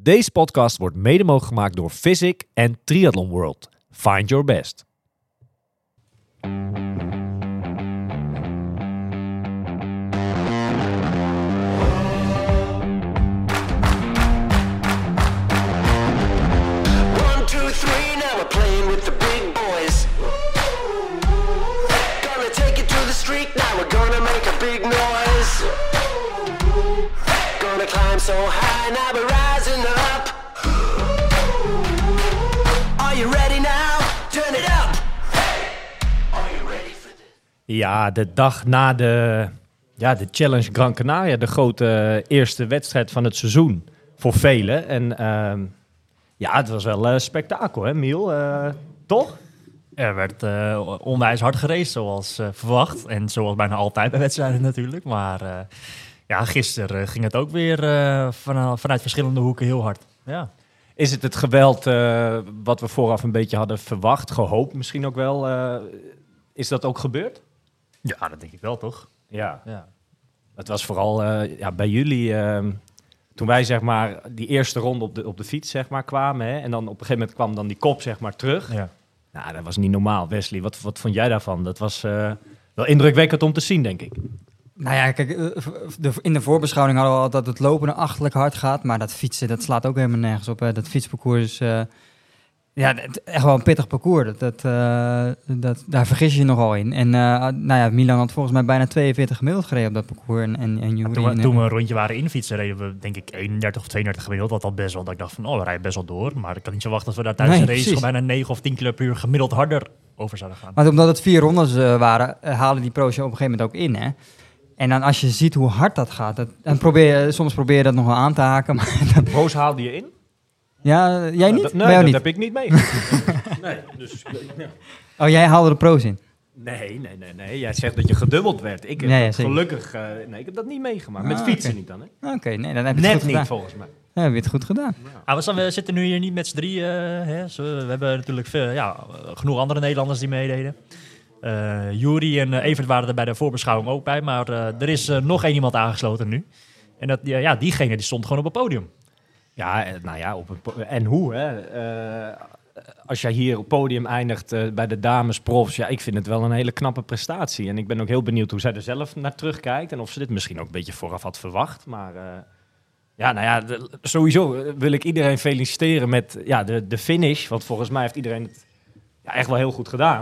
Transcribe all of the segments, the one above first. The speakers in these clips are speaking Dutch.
Deze podcast wordt mede mogelijk gemaakt door Physic en Triathlon World. Find your best. So high, now we're rising up. Are you ready now? Turn it up. Hey, are you ready for this? Ja, de dag na de Challenge Gran Canaria, de grote eerste wedstrijd van het seizoen voor velen. En het was wel spektakel, hè Miel? Toch? Er werd onwijs hard geraced, zoals verwacht. En zoals bijna altijd bij wedstrijden natuurlijk. Maar gisteren ging het ook weer vanuit verschillende hoeken heel hard. Ja. Is het geweld wat we vooraf een beetje hadden verwacht, gehoopt misschien ook wel? Is dat ook gebeurd? Ja, dat denk ik wel, toch? Ja. Het was vooral bij jullie, toen wij zeg maar die eerste ronde op de fiets zeg maar kwamen. Hè, en dan op een gegeven moment kwam dan die kop zeg maar terug. Ja. Nou, dat was niet normaal. Wesley, wat vond jij daarvan? Dat was wel indrukwekkend om te zien, denk ik. Nou ja, kijk, in de voorbeschouwing hadden we al dat het lopen achterlijk hard gaat. Maar dat fietsen, dat slaat ook helemaal nergens op. Hè. Dat fietsparcours is echt wel een pittig parcours. Daar vergis je je nogal in. En Milan had volgens mij bijna 42 gemiddeld gereden op dat parcours. Toen we een rondje waren infietsen, reden we denk ik 31 of 32 gemiddeld. Wat al best wel, dat ik dacht van, we rijden best wel door. Maar ik kan niet zo wachten dat we daar tijdens de race gewoon bijna 9 of 10 km per uur gemiddeld harder over zouden gaan. Maar omdat het 4 rondes waren, halen die pro's je op een gegeven moment ook in, hè. En dan als je ziet hoe hard dat gaat, soms probeer je dat nog wel aan te haken. Maar pro's haalde je in? Ja, jij niet? Dat heb ik niet meegemaakt. Oh, jij haalde de pro's in? Nee. Jij zegt dat je gedubbeld werd. Ik heb gelukkig... ik heb dat niet meegemaakt. Met fietsen niet dan, hè? Oké, nee, dan heb je het goed gedaan. Volgens mij. Ja, heb je het goed gedaan. Ja. We zitten nu hier niet met z'n drieën. We hebben natuurlijk genoeg andere Nederlanders die meededen. Juri en Evert waren er bij de voorbeschouwing ook bij. Maar er is nog één iemand aangesloten nu. En diegene die stond gewoon op het podium. Ja, en hoe, hè? Als jij hier op het podium eindigt bij de dames profs, ik vind het wel een hele knappe prestatie. En ik ben ook heel benieuwd hoe zij er zelf naar terugkijkt. En of ze dit misschien ook een beetje vooraf had verwacht. Maar sowieso wil ik iedereen feliciteren met de finish. Want volgens mij heeft iedereen het echt wel heel goed gedaan.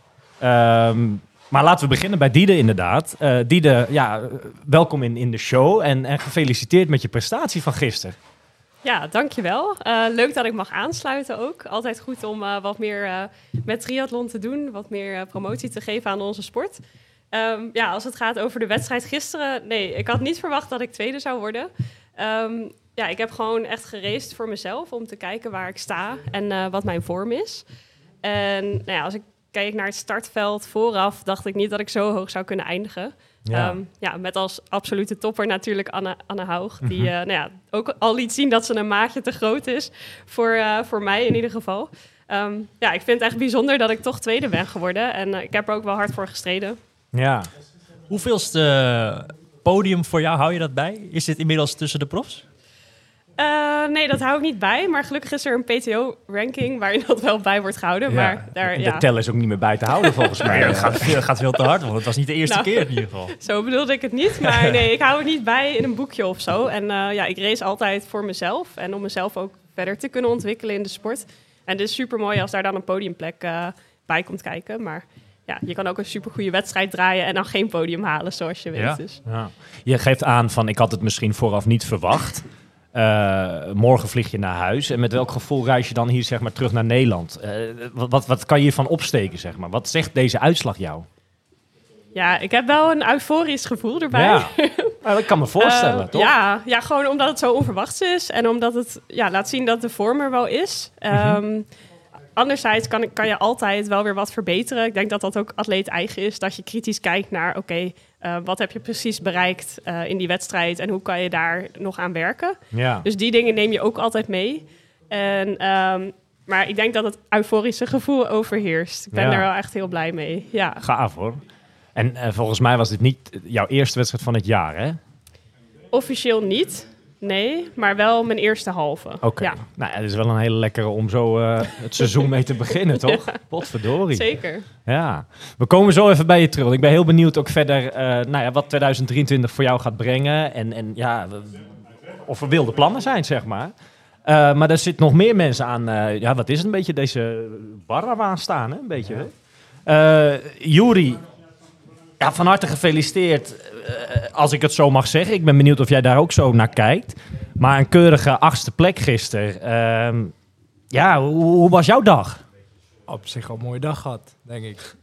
Maar laten we beginnen bij Diede inderdaad. Diede, welkom in de show en gefeliciteerd met je prestatie van gisteren. Ja, dankjewel. Leuk dat ik mag aansluiten ook. Altijd goed om wat meer met triathlon te doen, wat meer promotie te geven aan onze sport. Als het gaat over de wedstrijd gisteren, nee, ik had niet verwacht dat ik tweede zou worden. Ik heb gewoon echt geraced voor mezelf om te kijken waar ik sta en wat mijn vorm is. En als ik kijk naar het startveld vooraf, dacht ik niet dat ik zo hoog zou kunnen eindigen. Met als absolute topper natuurlijk Anne Haug. Die ook al liet zien dat ze een maatje te groot is. Voor mij in ieder geval. Ik vind het echt bijzonder dat ik toch tweede ben geworden. En ik heb er ook wel hard voor gestreden. Ja. Hoeveelste podium voor jou hou je dat bij? Is dit inmiddels tussen de profs? Nee, dat hou ik niet bij. Maar gelukkig is er een PTO-ranking waarin dat wel bij wordt gehouden. Ja, maar de tel is ook niet meer bij te houden volgens mij. Nee, het gaat veel te hard, want het was niet de eerste keer in ieder geval. Zo bedoelde ik het niet. Maar nee, ik hou het niet bij in een boekje of zo. En ik race altijd voor mezelf. En om mezelf ook verder te kunnen ontwikkelen in de sport. En het is super mooi als daar dan een podiumplek bij komt kijken. Maar je kan ook een supergoeie wedstrijd draaien en dan geen podium halen, zoals je weet. Ja. Dus. Ja. Je geeft aan van, ik had het misschien vooraf niet verwacht. Morgen vlieg je naar huis. En met welk gevoel reis je dan hier zeg maar terug naar Nederland? Wat kan je hiervan opsteken, zeg maar? Wat zegt deze uitslag jou? Ja, ik heb wel een euforisch gevoel erbij. Ja, dat kan me voorstellen, toch? Ja, gewoon omdat het zo onverwachts is. En omdat het laat zien dat de vorm er wel is. Anderzijds kan je altijd wel weer wat verbeteren. Ik denk dat dat ook atleet eigen is. Dat je kritisch kijkt naar, wat heb je precies bereikt in die wedstrijd en hoe kan je daar nog aan werken? Ja. Dus die dingen neem je ook altijd mee. Maar ik denk dat het euforische gevoel overheerst. Ik ben er wel echt heel blij mee. Ja. Gaaf hoor. En volgens mij was dit niet jouw eerste wedstrijd van het jaar, hè? Officieel niet. Nee, maar wel mijn eerste halve. Oké. Ja, Nou, het is wel een hele lekkere om zo het seizoen mee te beginnen, toch? Potverdorie. zeker. Ja. We komen zo even bij je terug. Ik ben heel benieuwd ook verder wat 2023 voor jou gaat brengen. En of er wilde plannen zijn, zeg maar. Maar er zitten nog meer mensen aan. Wat is het een beetje deze bar waar we aan staan, hè? Een beetje, hè? Juri, ja, van harte gefeliciteerd. Als ik het zo mag zeggen. Ik ben benieuwd of jij daar ook zo naar kijkt. Maar een keurige 8e plek gisteren. Hoe was jouw dag? Op zich al een mooie dag gehad, denk ik.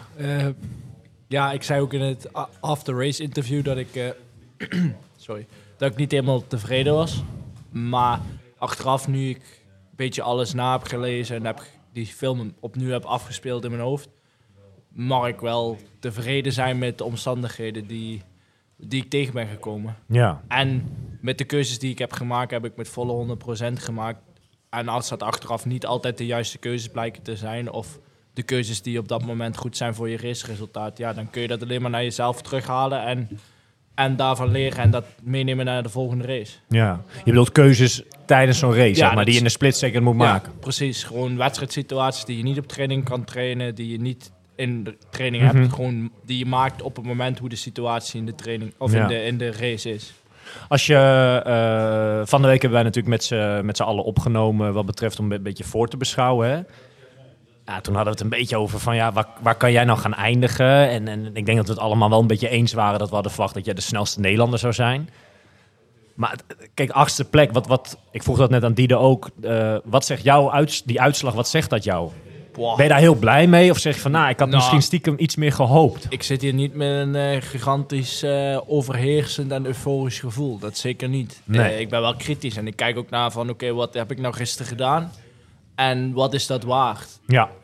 Ja. Ik zei ook in het after-race interview dat ik... dat ik niet helemaal tevreden was. Maar achteraf, nu ik een beetje alles na heb gelezen en die film opnieuw heb afgespeeld in mijn hoofd, mag ik wel tevreden zijn met de omstandigheden die ik tegen ben gekomen. Ja. En met de keuzes die ik heb gemaakt, heb ik met volle 100% gemaakt. En als dat achteraf niet altijd de juiste keuzes blijken te zijn, of de keuzes die op dat moment goed zijn voor je raceresultaat, ja, dan kun je dat alleen maar naar jezelf terughalen en daarvan leren en dat meenemen naar de volgende race. Ja. Je bedoelt keuzes tijdens zo'n race, Ja, zeg maar, dat die je is- in een split second moet maken. Ja, precies. Gewoon wedstrijdsituaties die je niet op training kan trainen, die je niet in de training Mhm. hebt, gewoon die je maakt op het moment hoe de situatie in de training of Ja. in de race is. Als je, van de week hebben wij natuurlijk met z'n allen opgenomen wat betreft om een beetje voor te beschouwen. Hè? Ja, toen hadden we het een beetje over van waar kan jij nou gaan eindigen? En ik denk dat we het allemaal wel een beetje eens waren dat we hadden verwacht dat jij de snelste Nederlander zou zijn. Maar kijk, 8e plek, ik vroeg dat net aan Diede ook. Wat zegt jou die uitslag, wat zegt dat jou? Boah. Ben je daar heel blij mee? Of zeg je van, ik had Nou, misschien stiekem iets meer gehoopt? Ik zit hier niet met een gigantisch overheersend en euforisch gevoel. Dat zeker niet. Nee. Ik ben wel kritisch en ik kijk ook naar van oké, wat heb ik nou gisteren gedaan? En wat is dat waard?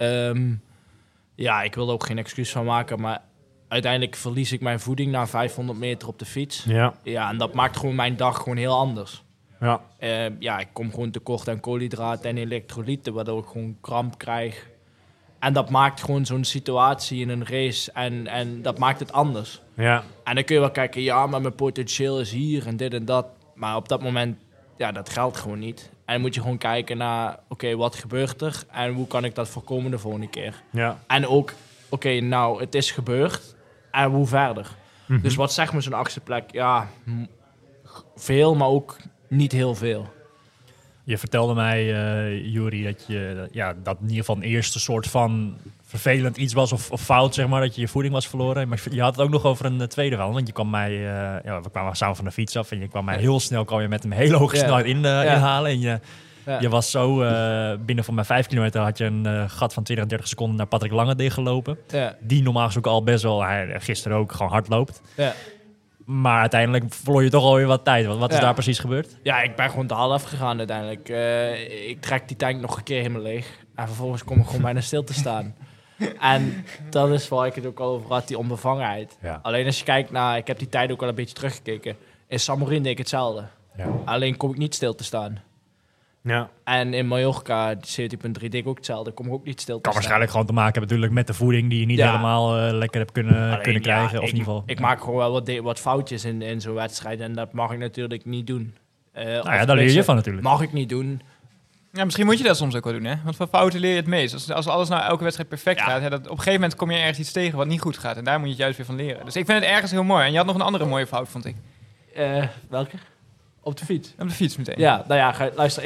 Ja. Ik wil er ook geen excuus van maken, maar uiteindelijk verlies ik mijn voeding na 500 meter op de fiets. Ja. Ja, en dat maakt gewoon mijn dag gewoon heel anders. Ja. Ik kom gewoon tekort aan koolhydraten en elektrolyten, waardoor ik gewoon kramp krijg. En dat maakt gewoon zo'n situatie in een race en dat maakt het anders. Ja. En dan kun je wel kijken, ja, maar mijn potentieel is hier en dit en dat. Maar op dat moment, ja, dat geldt gewoon niet. En dan moet je gewoon kijken naar, oké, wat gebeurt er? En hoe kan ik dat voorkomen de volgende keer? Ja. En ook, oké, nou, het is gebeurd. En hoe verder? Mhm. Dus wat zegt me zo'n 8e plek? Ja, veel, maar ook niet heel veel. Je vertelde mij, Juri, dat in ieder geval een eerste soort van vervelend iets was of fout, zeg maar, dat je voeding was verloren. Maar je had het ook nog over een tweede verhaal, want je kwam mij, we kwamen samen van de fiets af en je kwam mij heel snel, kwam je met een hele hoge snelheid inhalen. En je was zo, binnen van mijn 5 kilometer had je een gat van 20, 30 seconden naar Patrick Lange dichtgelopen. Ja. Die normaal gesproken al best wel, gisteren ook, gewoon hard loopt. Ja. Maar uiteindelijk verloor je toch alweer wat tijd. Wat is daar precies gebeurd? Ja, ik ben gewoon de half gegaan uiteindelijk. Ik trek die tank nog een keer helemaal leeg. En vervolgens kom ik gewoon bijna stil te staan. En dat is waar ik het ook al over had, die onbevangenheid. Ja. Alleen als je kijkt naar, ik heb die tijd ook al een beetje teruggekeken. In Samorin deed ik hetzelfde. Ja. Alleen kom ik niet stil te staan. Ja. En in Mallorca, 17.3, deed ik ook hetzelfde. Kom ik ook niet stil te Kan staan. waarschijnlijk gewoon te maken hebben natuurlijk met de voeding die je niet Ja. helemaal lekker hebt kunnen Alleen, krijgen. Of in ieder geval. Ik maak gewoon wel wat foutjes in zo'n wedstrijd. En dat mag ik natuurlijk niet doen. Daar leer je van natuurlijk. Mag ik niet doen. Ja, misschien moet je dat soms ook wel doen, hè? Want van fouten leer je het meest. Als alles nou elke wedstrijd perfect gaat, op een gegeven moment kom je ergens iets tegen wat niet goed gaat. En daar moet je het juist weer van leren. Dus ik vind het ergens heel mooi. En je had nog een andere mooie fout, vond ik. Welke? Op de fiets. Op de fiets meteen. Ja, nou ja, luister,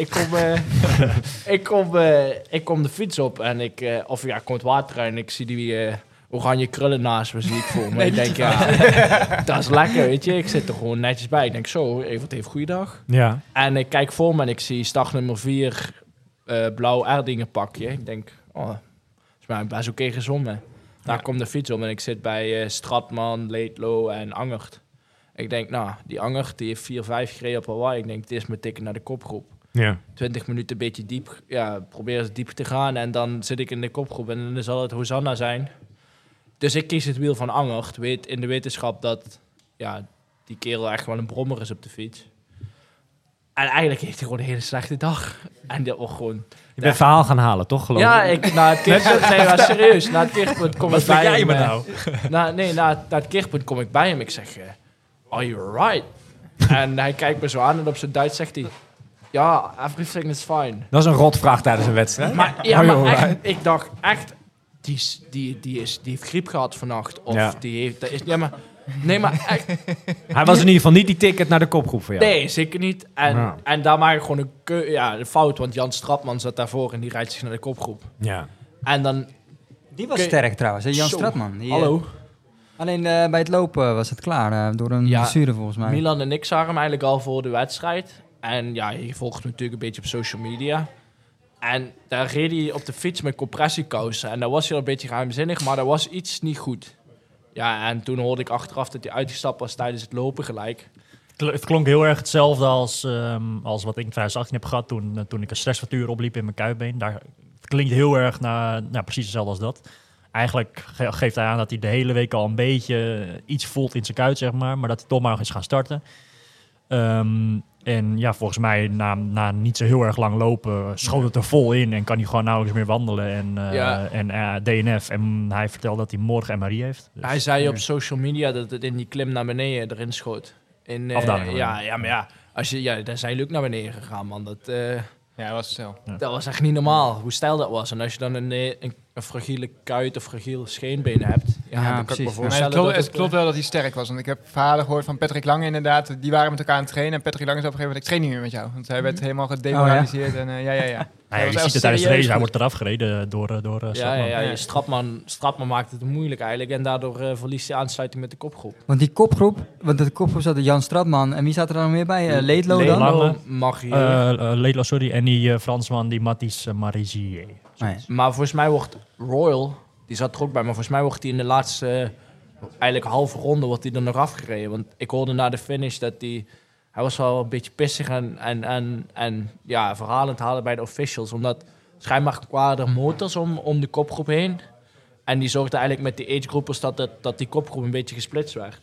ik kom de fiets op en ik kom het water uit en ik zie die oranje krullen naast me, zie ik voor me. Ik denk, dat is lekker, weet je. Ik zit er gewoon netjes bij. Ik denk, zo, Evert heeft goeiedag. Ja. En ik kijk voor me en ik zie start nummer 4, blauw Erdingen pakje. Ik denk, is mij best oké gezongen. Daar komt de fiets op en ik zit bij Stratman, Leedlo en Angert. Ik denk, nou, die Angert die heeft 4-5 gereden op Hawaii. Ik denk, dit is mijn tikken naar de kopgroep. Ja. 20 minuten een beetje diep, probeer eens diep te gaan. En dan zit ik in de kopgroep en dan zal het Hosanna zijn. Dus ik kies het wiel van Angert. Weet in de wetenschap dat die kerel echt wel een brommer is op de fiets. En eigenlijk heeft hij gewoon een hele slechte dag. En dit ook gewoon... Je bent verhaal gaan halen, toch, geloof ik? Na het keerpunt... Nee, maar serieus. Na het keerpunt kom ik bij hem. nou? Na het keerpunt kom ik bij hem. Ik zeg... Are you right? En hij kijkt me zo aan en op zijn Duits zegt hij... Ja, everything is fine. Dat is een rotvraag tijdens een wedstrijd. Maar echt, ik dacht echt... Die heeft griep gehad vannacht. Of Ja. die heeft... Dat is, ja, maar... Nee, maar echt... Hij was in ieder geval niet die ticket naar de kopgroep voor jou. Nee, zeker niet. En daar maak ik gewoon een fout. Want Jan Stratman zat daarvoor en die rijdt zich naar de kopgroep. Ja. En dan... Die was Oké. sterk trouwens, hè? Jan Zo. Stratman. Die, Hallo. Alleen bij het lopen was het klaar, door een Ja. blessure volgens mij. Milan en ik zagen hem eigenlijk al voor de wedstrijd. En ja, je volgt hem natuurlijk een beetje op social media. En daar reed hij op de fiets met compressiekousen. En daar was hij al een beetje geheimzinnig, maar er was iets niet goed. Ja, en toen hoorde ik achteraf dat hij uitgestapt was tijdens het lopen gelijk. Het klonk heel erg hetzelfde als wat ik in 2018 heb gehad toen ik een stressfractuur opliep in mijn kuitbeen. Het klinkt heel erg naar precies hetzelfde als dat. Eigenlijk geeft hij aan dat hij de hele week al een beetje iets voelt in zijn kuit, zeg maar dat hij toch maar is gaan starten. En ja, volgens mij na niet zo heel erg lang lopen schoot het er vol in en kan hij gewoon nauwelijks meer wandelen en DNF. En hij vertelde dat hij morgen MRI heeft. Dus, Hij zei op social media dat het in die klim naar beneden erin schoot. Afdaling. Maar ja, daar zijn jullie ook naar beneden gegaan, man. Ja, dat was het zo. Dat was echt niet normaal, hoe stijl dat was. En als je dan een fragiele kuit of fragiel scheenbeen hebt... Ja, dan kan ik me precies. Maar voorstellen dat het klopt wel dat hij sterk was. Want ik heb verhalen gehoord van Patrick Lange inderdaad. Die waren met elkaar aan het trainen. En Patrick Lange zei op een gegeven moment, ik train niet meer met jou. Want hij werd helemaal gedemoraliseerd. En ja. je was ziet het tijdens de serieus race, hij goed. wordt eraf gereden door Stratman. Ja, Stratman maakt het moeilijk eigenlijk. En daardoor verliest hij aansluiting met de kopgroep. Want die kopgroep, de kopgroep zat Jan Stratman. En wie zat er dan nog meer bij? Leedlo dan? Lange. Magier. Leedlo, sorry. En die Fransman, die Mathis Marizier. Nee. Maar volgens mij wordt Royal, die zat er ook bij, maar volgens mij wordt hij in de laatste, eigenlijk halve ronde, wordt hij er nog afgereden. Want ik hoorde na de finish dat hij was wel een beetje pissig en verhalend halen bij de officials. Omdat schijnbaar kwamen er motors om de kopgroep heen. En die zorgden eigenlijk met die agegroepers dat die kopgroep een beetje gesplitst werd.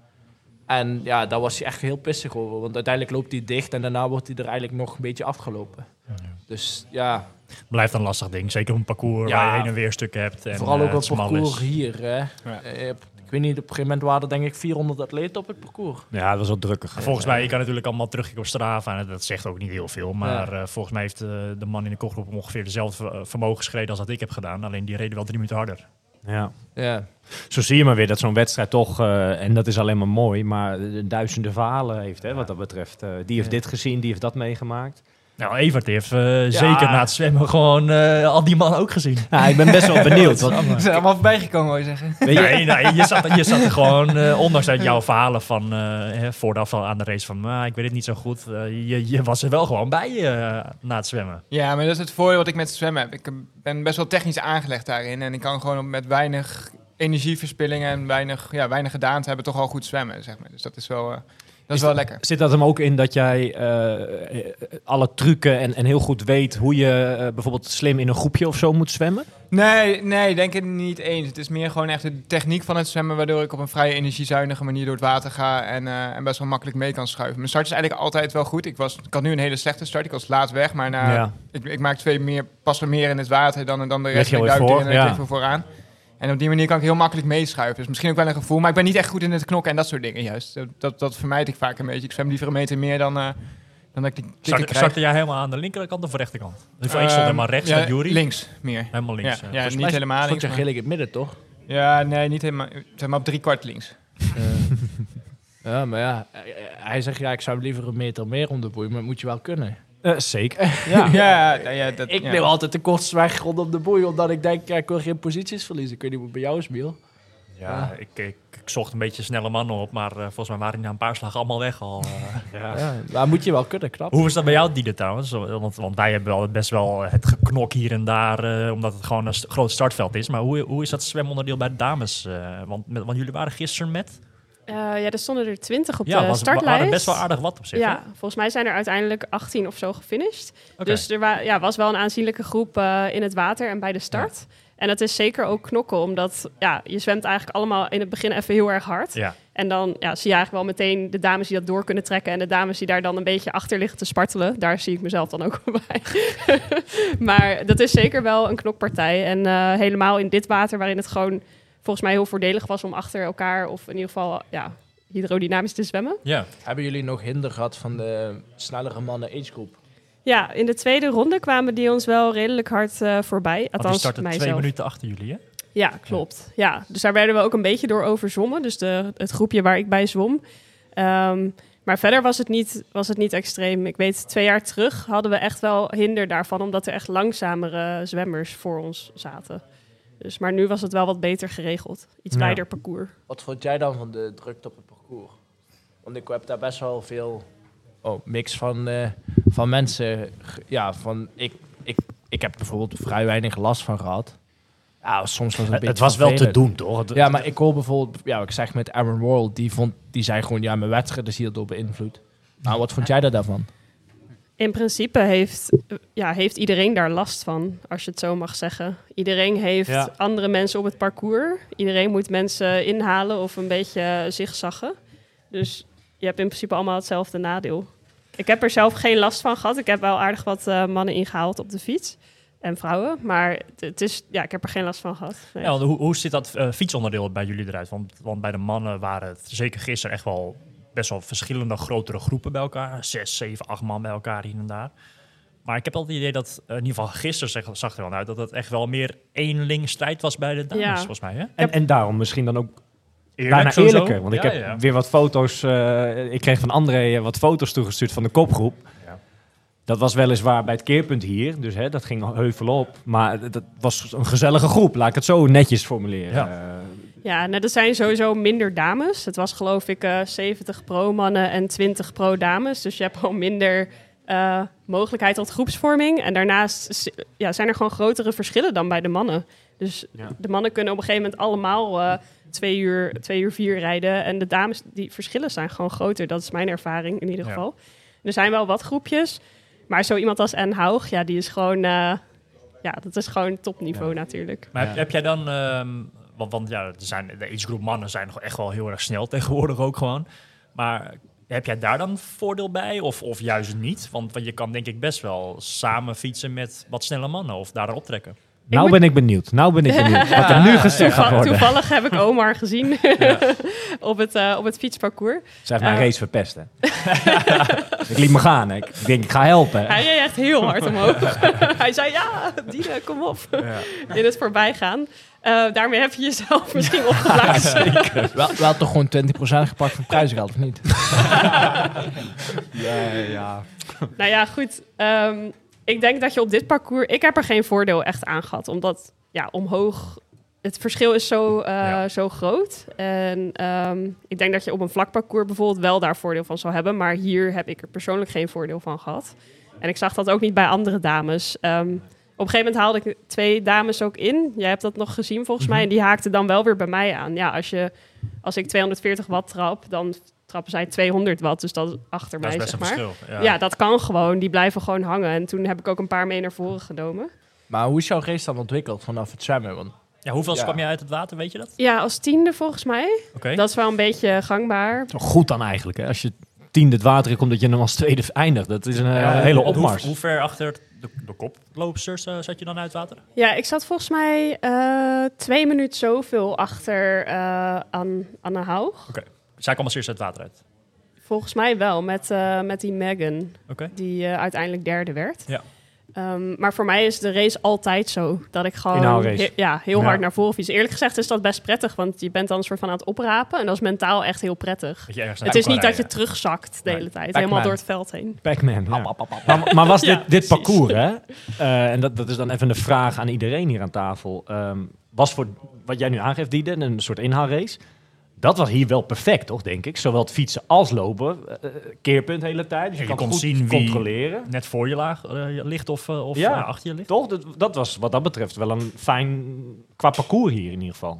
En ja, daar was hij echt heel pissig over. Want uiteindelijk loopt hij dicht en daarna wordt hij er eigenlijk nog een beetje afgelopen. Dus ja... Blijft een lastig ding. Zeker op een parcours Ja, waar je heen en weer stukken hebt. En, Vooral ook op het het smal parcours is. hier. Hè. Ik weet niet, op een gegeven moment waren er denk ik 400 atleten op het parcours. Ja, dat was wel drukker. Volgens mij, je kan natuurlijk allemaal terugkijken op Strava. En dat zegt ook niet heel veel. Maar volgens mij heeft de man in de kopgroep ongeveer dezelfde vermogen gereden als dat ik heb gedaan. Alleen die reden wel 3 minuten harder. Ja. Ja. Zo zie je maar weer dat zo'n wedstrijd toch, en dat is alleen maar mooi, maar duizenden verhalen heeft, hè, wat dat betreft. Die heeft dit gezien, die heeft dat meegemaakt. Nou, Evert heeft zeker na het zwemmen gewoon al die man ook gezien. Ja, ik ben best wel benieuwd. Want, Ze zijn allemaal voorbij gekomen, wil je zeggen. weet je, Nee, je zat er gewoon, ondanks dat jouw verhalen van vooraf al aan de race van, ik weet het niet zo goed. Je was er wel gewoon bij na het zwemmen. Ja, maar dat is het voordeel wat ik met zwemmen heb. Ik ben best wel technisch aangelegd daarin. En ik kan gewoon met weinig energieverspilling en weinig gedaante hebben toch al goed zwemmen, zeg maar. Dus dat is wel... Dat is wel lekker. Zit dat hem ook in dat jij alle trucken en heel goed weet hoe je bijvoorbeeld slim in een groepje of zo moet zwemmen? Nee, denk ik niet eens. Het is meer gewoon echt de techniek van het zwemmen, waardoor ik op een vrij energiezuinige manier door het water ga en best wel makkelijk mee kan schuiven. Mijn start is eigenlijk altijd wel goed. Ik had nu een hele slechte start. Ik was laat weg, maar ik maak pas er meer in het water dan de rest. Leg je Ik alweer duik voor, erin en ik ja. lig weer vooraan. En op die manier kan ik heel makkelijk meeschuiven. Dus misschien ook wel een gevoel. Maar ik ben niet echt goed in het knokken en dat soort dingen juist. Dat vermijd ik vaak een beetje. Ik zwem liever een meter meer dan dat ik die klikken krijg. Zakte jij helemaal aan de linkerkant of de rechterkant? Ik stond helemaal rechts met Jury. Links meer. Helemaal links. Ja, niet helemaal links. Stond je maar- gelijk in het midden, toch? Ja, nee, niet helemaal. Zeg maar op 3/4 links. Ja, maar ja, hij zegt ja, ik zou liever een meter meer om de boei, maar dat moet je wel kunnen. Zeker. Ik neem altijd de kortste weg rondom de boei, omdat ik denk, ik wil geen posities verliezen. Ik weet niet hoe het bij jou is, Miel. Ja, ik zocht een beetje snelle mannen op, maar volgens mij waren die na een paar slagen allemaal weg al. Ja, maar moet je wel kunnen, knap. Hoe is dat bij jou, Diede, trouwens? Want wij hebben wel best wel het geknok hier en daar, omdat het gewoon een groot startveld is. Maar hoe is dat zwemonderdeel bij de dames? Want jullie waren gisteren met... Er stonden er 20 op de waren startlijst. best wel aardig wat op zich. Ja, volgens mij zijn er uiteindelijk 18 of zo gefinished. Oké. Dus er was wel een aanzienlijke groep in het water en bij de start. En dat is zeker ook knokken, omdat je zwemt eigenlijk allemaal in het begin even heel erg hard. Ja. En dan zie je eigenlijk wel meteen de dames die dat door kunnen trekken en de dames die daar dan een beetje achter liggen te spartelen. Daar zie ik mezelf dan ook wel bij. Maar dat is zeker wel een knokpartij. En helemaal in dit water, waarin het gewoon volgens mij heel voordelig was om achter elkaar, of in ieder geval hydrodynamisch te zwemmen. Ja. Hebben jullie nog hinder gehad van de snellere mannen agegroep? Ja, in de tweede ronde kwamen die ons wel redelijk hard voorbij. Want die Althans, starten 2 mijzelf. minuten achter jullie, hè? Ja, klopt. Ja, dus daar werden we ook een beetje door overzwommen. Dus het groepje waar ik bij zwom. Maar verder was het niet extreem. Ik weet, 2 jaar terug hadden we echt wel hinder daarvan, omdat er echt langzamere zwemmers voor ons zaten. Dus, maar nu was het wel wat beter geregeld. Iets wijder parcours. Wat vond jij dan van de drukte op het parcours? Want ik heb daar best wel veel mix van mensen. Ik heb bijvoorbeeld vrij weinig last van gehad. Ja, soms was het een beetje Het was wel te vervelend. doen, toch? Ja, maar ik hoor bijvoorbeeld, ik zeg met Aaron Worrell, die zei gewoon, mijn wedstrijd is hierdoor beïnvloed. Nou, wat vond jij daarvan? In principe heeft iedereen daar last van, als je het zo mag zeggen. Iedereen heeft andere mensen op het parcours. Iedereen moet mensen inhalen of een beetje zigzaggen. Dus je hebt in principe allemaal hetzelfde nadeel. Ik heb er zelf geen last van gehad. Ik heb wel aardig wat mannen ingehaald op de fiets. En vrouwen, maar ik heb er geen last van gehad. Nee. Ja, want hoe zit dat fietsonderdeel bij jullie eruit? Want bij de mannen waren het zeker gisteren echt wel best wel verschillende grotere groepen bij elkaar. 6, 7, 8 man bij elkaar hier en daar. Maar ik heb altijd het idee dat, in ieder geval gisteren zag er wel uit, dat het echt wel meer eenling strijd was bij de dames, volgens mij. Hè? En daarom misschien dan ook Eerlijk, bijna eerlijker. Want ik heb ja. weer wat foto's, ik kreeg van André wat foto's toegestuurd van de kopgroep. Ja. Dat was weliswaar bij het keerpunt hier, dus dat ging heuvel op. Maar dat was een gezellige groep, laat ik het zo netjes formuleren. Ja. Ja, er zijn sowieso minder dames. Het was geloof ik 70 pro-mannen en 20 pro-dames. Dus je hebt gewoon minder mogelijkheid tot groepsvorming. En daarnaast zijn er gewoon grotere verschillen dan bij de mannen. Dus de mannen kunnen op een gegeven moment allemaal 2 uur 4 rijden. En de dames, die verschillen zijn gewoon groter. Dat is mijn ervaring in ieder geval. Er zijn wel wat groepjes. Maar zo iemand als Anne Haug, die is gewoon... dat is gewoon topniveau natuurlijk. Maar heb jij dan... Want de agegroep mannen zijn nog echt wel heel erg snel tegenwoordig ook gewoon. Maar heb jij daar dan voordeel bij of juist niet? Want je kan denk ik best wel samen fietsen met wat snelle mannen of daar optrekken. Nou ben ik benieuwd wat er nu gezegd gaat worden. Toevallig heb ik Omar gezien op het fietsparcours. Ze heeft mijn race verpest, hè. Ik liet me gaan, hè. Ik denk, ik ga helpen. Hè. Hij reed echt heel hard omhoog. Hij zei, Diede, kom op. In het voorbijgaan. Daarmee heb je jezelf misschien opgeblazen. Wel toch gewoon 20% gepakt van prijzengeld, of niet? Ja. Nou ja, goed. Ik denk dat je op dit parcours... Ik heb er geen voordeel echt aan gehad. Omdat, omhoog... Het verschil is zo groot. En ik denk dat je op een vlak parcours bijvoorbeeld wel daar voordeel van zou hebben. Maar hier heb ik er persoonlijk geen voordeel van gehad. En ik zag dat ook niet bij andere dames. Op een gegeven moment haalde ik 2 dames ook in. Jij hebt dat nog gezien volgens mij. En die haakten dan wel weer bij mij aan. Ja, als ik 240 watt trap, dan trappen zij 200 watt. Dus dat is achter mij, best zeg een maar. verschil. Ja, dat kan gewoon. Die blijven gewoon hangen. En toen heb ik ook een paar mee naar voren genomen. Maar hoe is jouw race dan ontwikkeld vanaf het zwemmen? Want Hoeveel kwam je uit het water, weet je dat? Ja, als 10e volgens mij. Oké. Dat is wel een beetje gangbaar. Goed dan eigenlijk, hè. Als je 10e het water in komt, dat je dan als tweede eindigt. Dat is een hele opmars. Hoe ver achter de koploopsters zat je dan uit het water? Ja, ik zat volgens mij 2 minuten zoveel achter Anne Haug. Oké. Zij kwam als eerste uit het water uit? Volgens mij wel, met die Megan, die uiteindelijk 3e werd. Ja. Maar voor mij is de race altijd zo. Dat ik gewoon heel hard naar voren fiets. Eerlijk gezegd is dat best prettig, want je bent dan een soort van aan het oprapen. En dat is mentaal echt heel prettig. Het is niet dat je terugzakt de hele tijd, helemaal door het veld heen. Pac-Man, ja. Maar was dit parcours, hè? En dat is dan even een vraag aan iedereen hier aan tafel. Was voor wat jij nu aangeeft, Diede, een soort inhaalrace. Dat was hier wel perfect, toch, denk ik? Zowel het fietsen als lopen. Keerpunt de hele tijd. Dus je kan kon goed zien wie controleren. Net voor je ligt of achter je ligt. Toch? Dat was wat dat betreft wel een fijn qua parcours hier in ieder geval.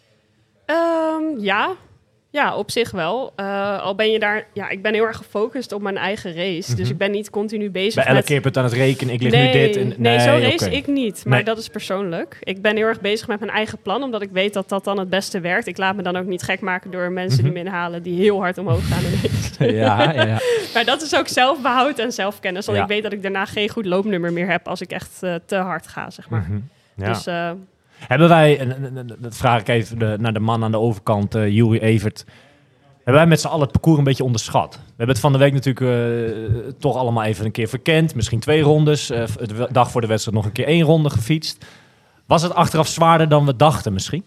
Ja, op zich wel. Al ben je daar... Ja, ik ben heel erg gefocust op mijn eigen race. Dus ik ben niet continu bezig bij elke keerpunt aan het rekenen, ik lig nu dit. Nee, zo race ik niet. Maar dat is persoonlijk. Ik ben heel erg bezig met mijn eigen plan, omdat ik weet dat dat dan het beste werkt. Ik laat me dan ook niet gek maken door mensen die me inhalen, die heel hard omhoog gaan ineens. Ja. Maar dat is ook zelfbehoud en zelfkennis. Want ik weet dat ik daarna geen goed loopnummer meer heb als ik echt te hard ga, zeg maar. Ja. Dus... Hebben wij, en dat vraag ik even naar de man aan de overkant, Juri Evert. Hebben wij met z'n allen het parcours een beetje onderschat. We hebben het van de week natuurlijk toch allemaal even een keer verkend. Misschien 2 rondes. De dag voor de wedstrijd nog een keer 1 ronde gefietst. Was het achteraf zwaarder dan we dachten misschien?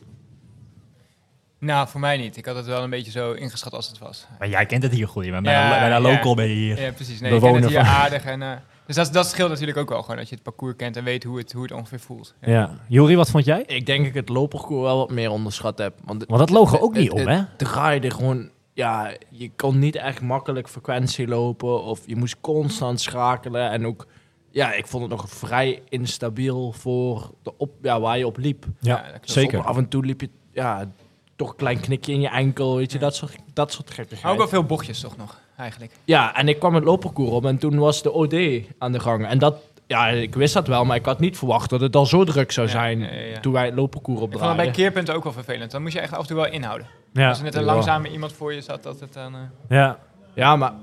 Nou, voor mij niet. Ik had het wel een beetje zo ingeschat als het was. Maar jij kent het hier goed. Je bent Ja, bijna ja. local ben je hier. Ja, precies. Nee, ik ken Bewoner het hier van- aardig. En, dus dat scheelt natuurlijk ook wel. Gewoon dat je het parcours kent en weet hoe het ongeveer voelt. Ja. Jori, wat vond jij? Ik denk dat ik het loopparcours wel wat meer onderschat heb. Want Want dat logo ook niet om, hè? Het draaide gewoon... Ja, je kon niet echt makkelijk frequentie lopen. Of je moest constant schakelen. En ook... Ja, ik vond het nog vrij instabiel voor waar je op liep. Ja, dat klopt. zeker. Af en toe liep je... Ja, toch een klein knikje in je enkel. Weet je, dat soort gekkigheid. Maar ook wel veel bochtjes toch nog, eigenlijk. Ja, en ik kwam het loopparcours op en toen was de OD aan de gang. En dat, ja, ik wist dat wel, maar ik had niet verwacht dat het al zo druk zou zijn Ja. toen wij het loopparcours Ik vond het bij opdraaiden. keerpunten ook wel vervelend. Dan moet je echt af en toe wel inhouden. Ja. Als er net een langzame iemand voor je zat, dat het dan... Ja. Ja, maar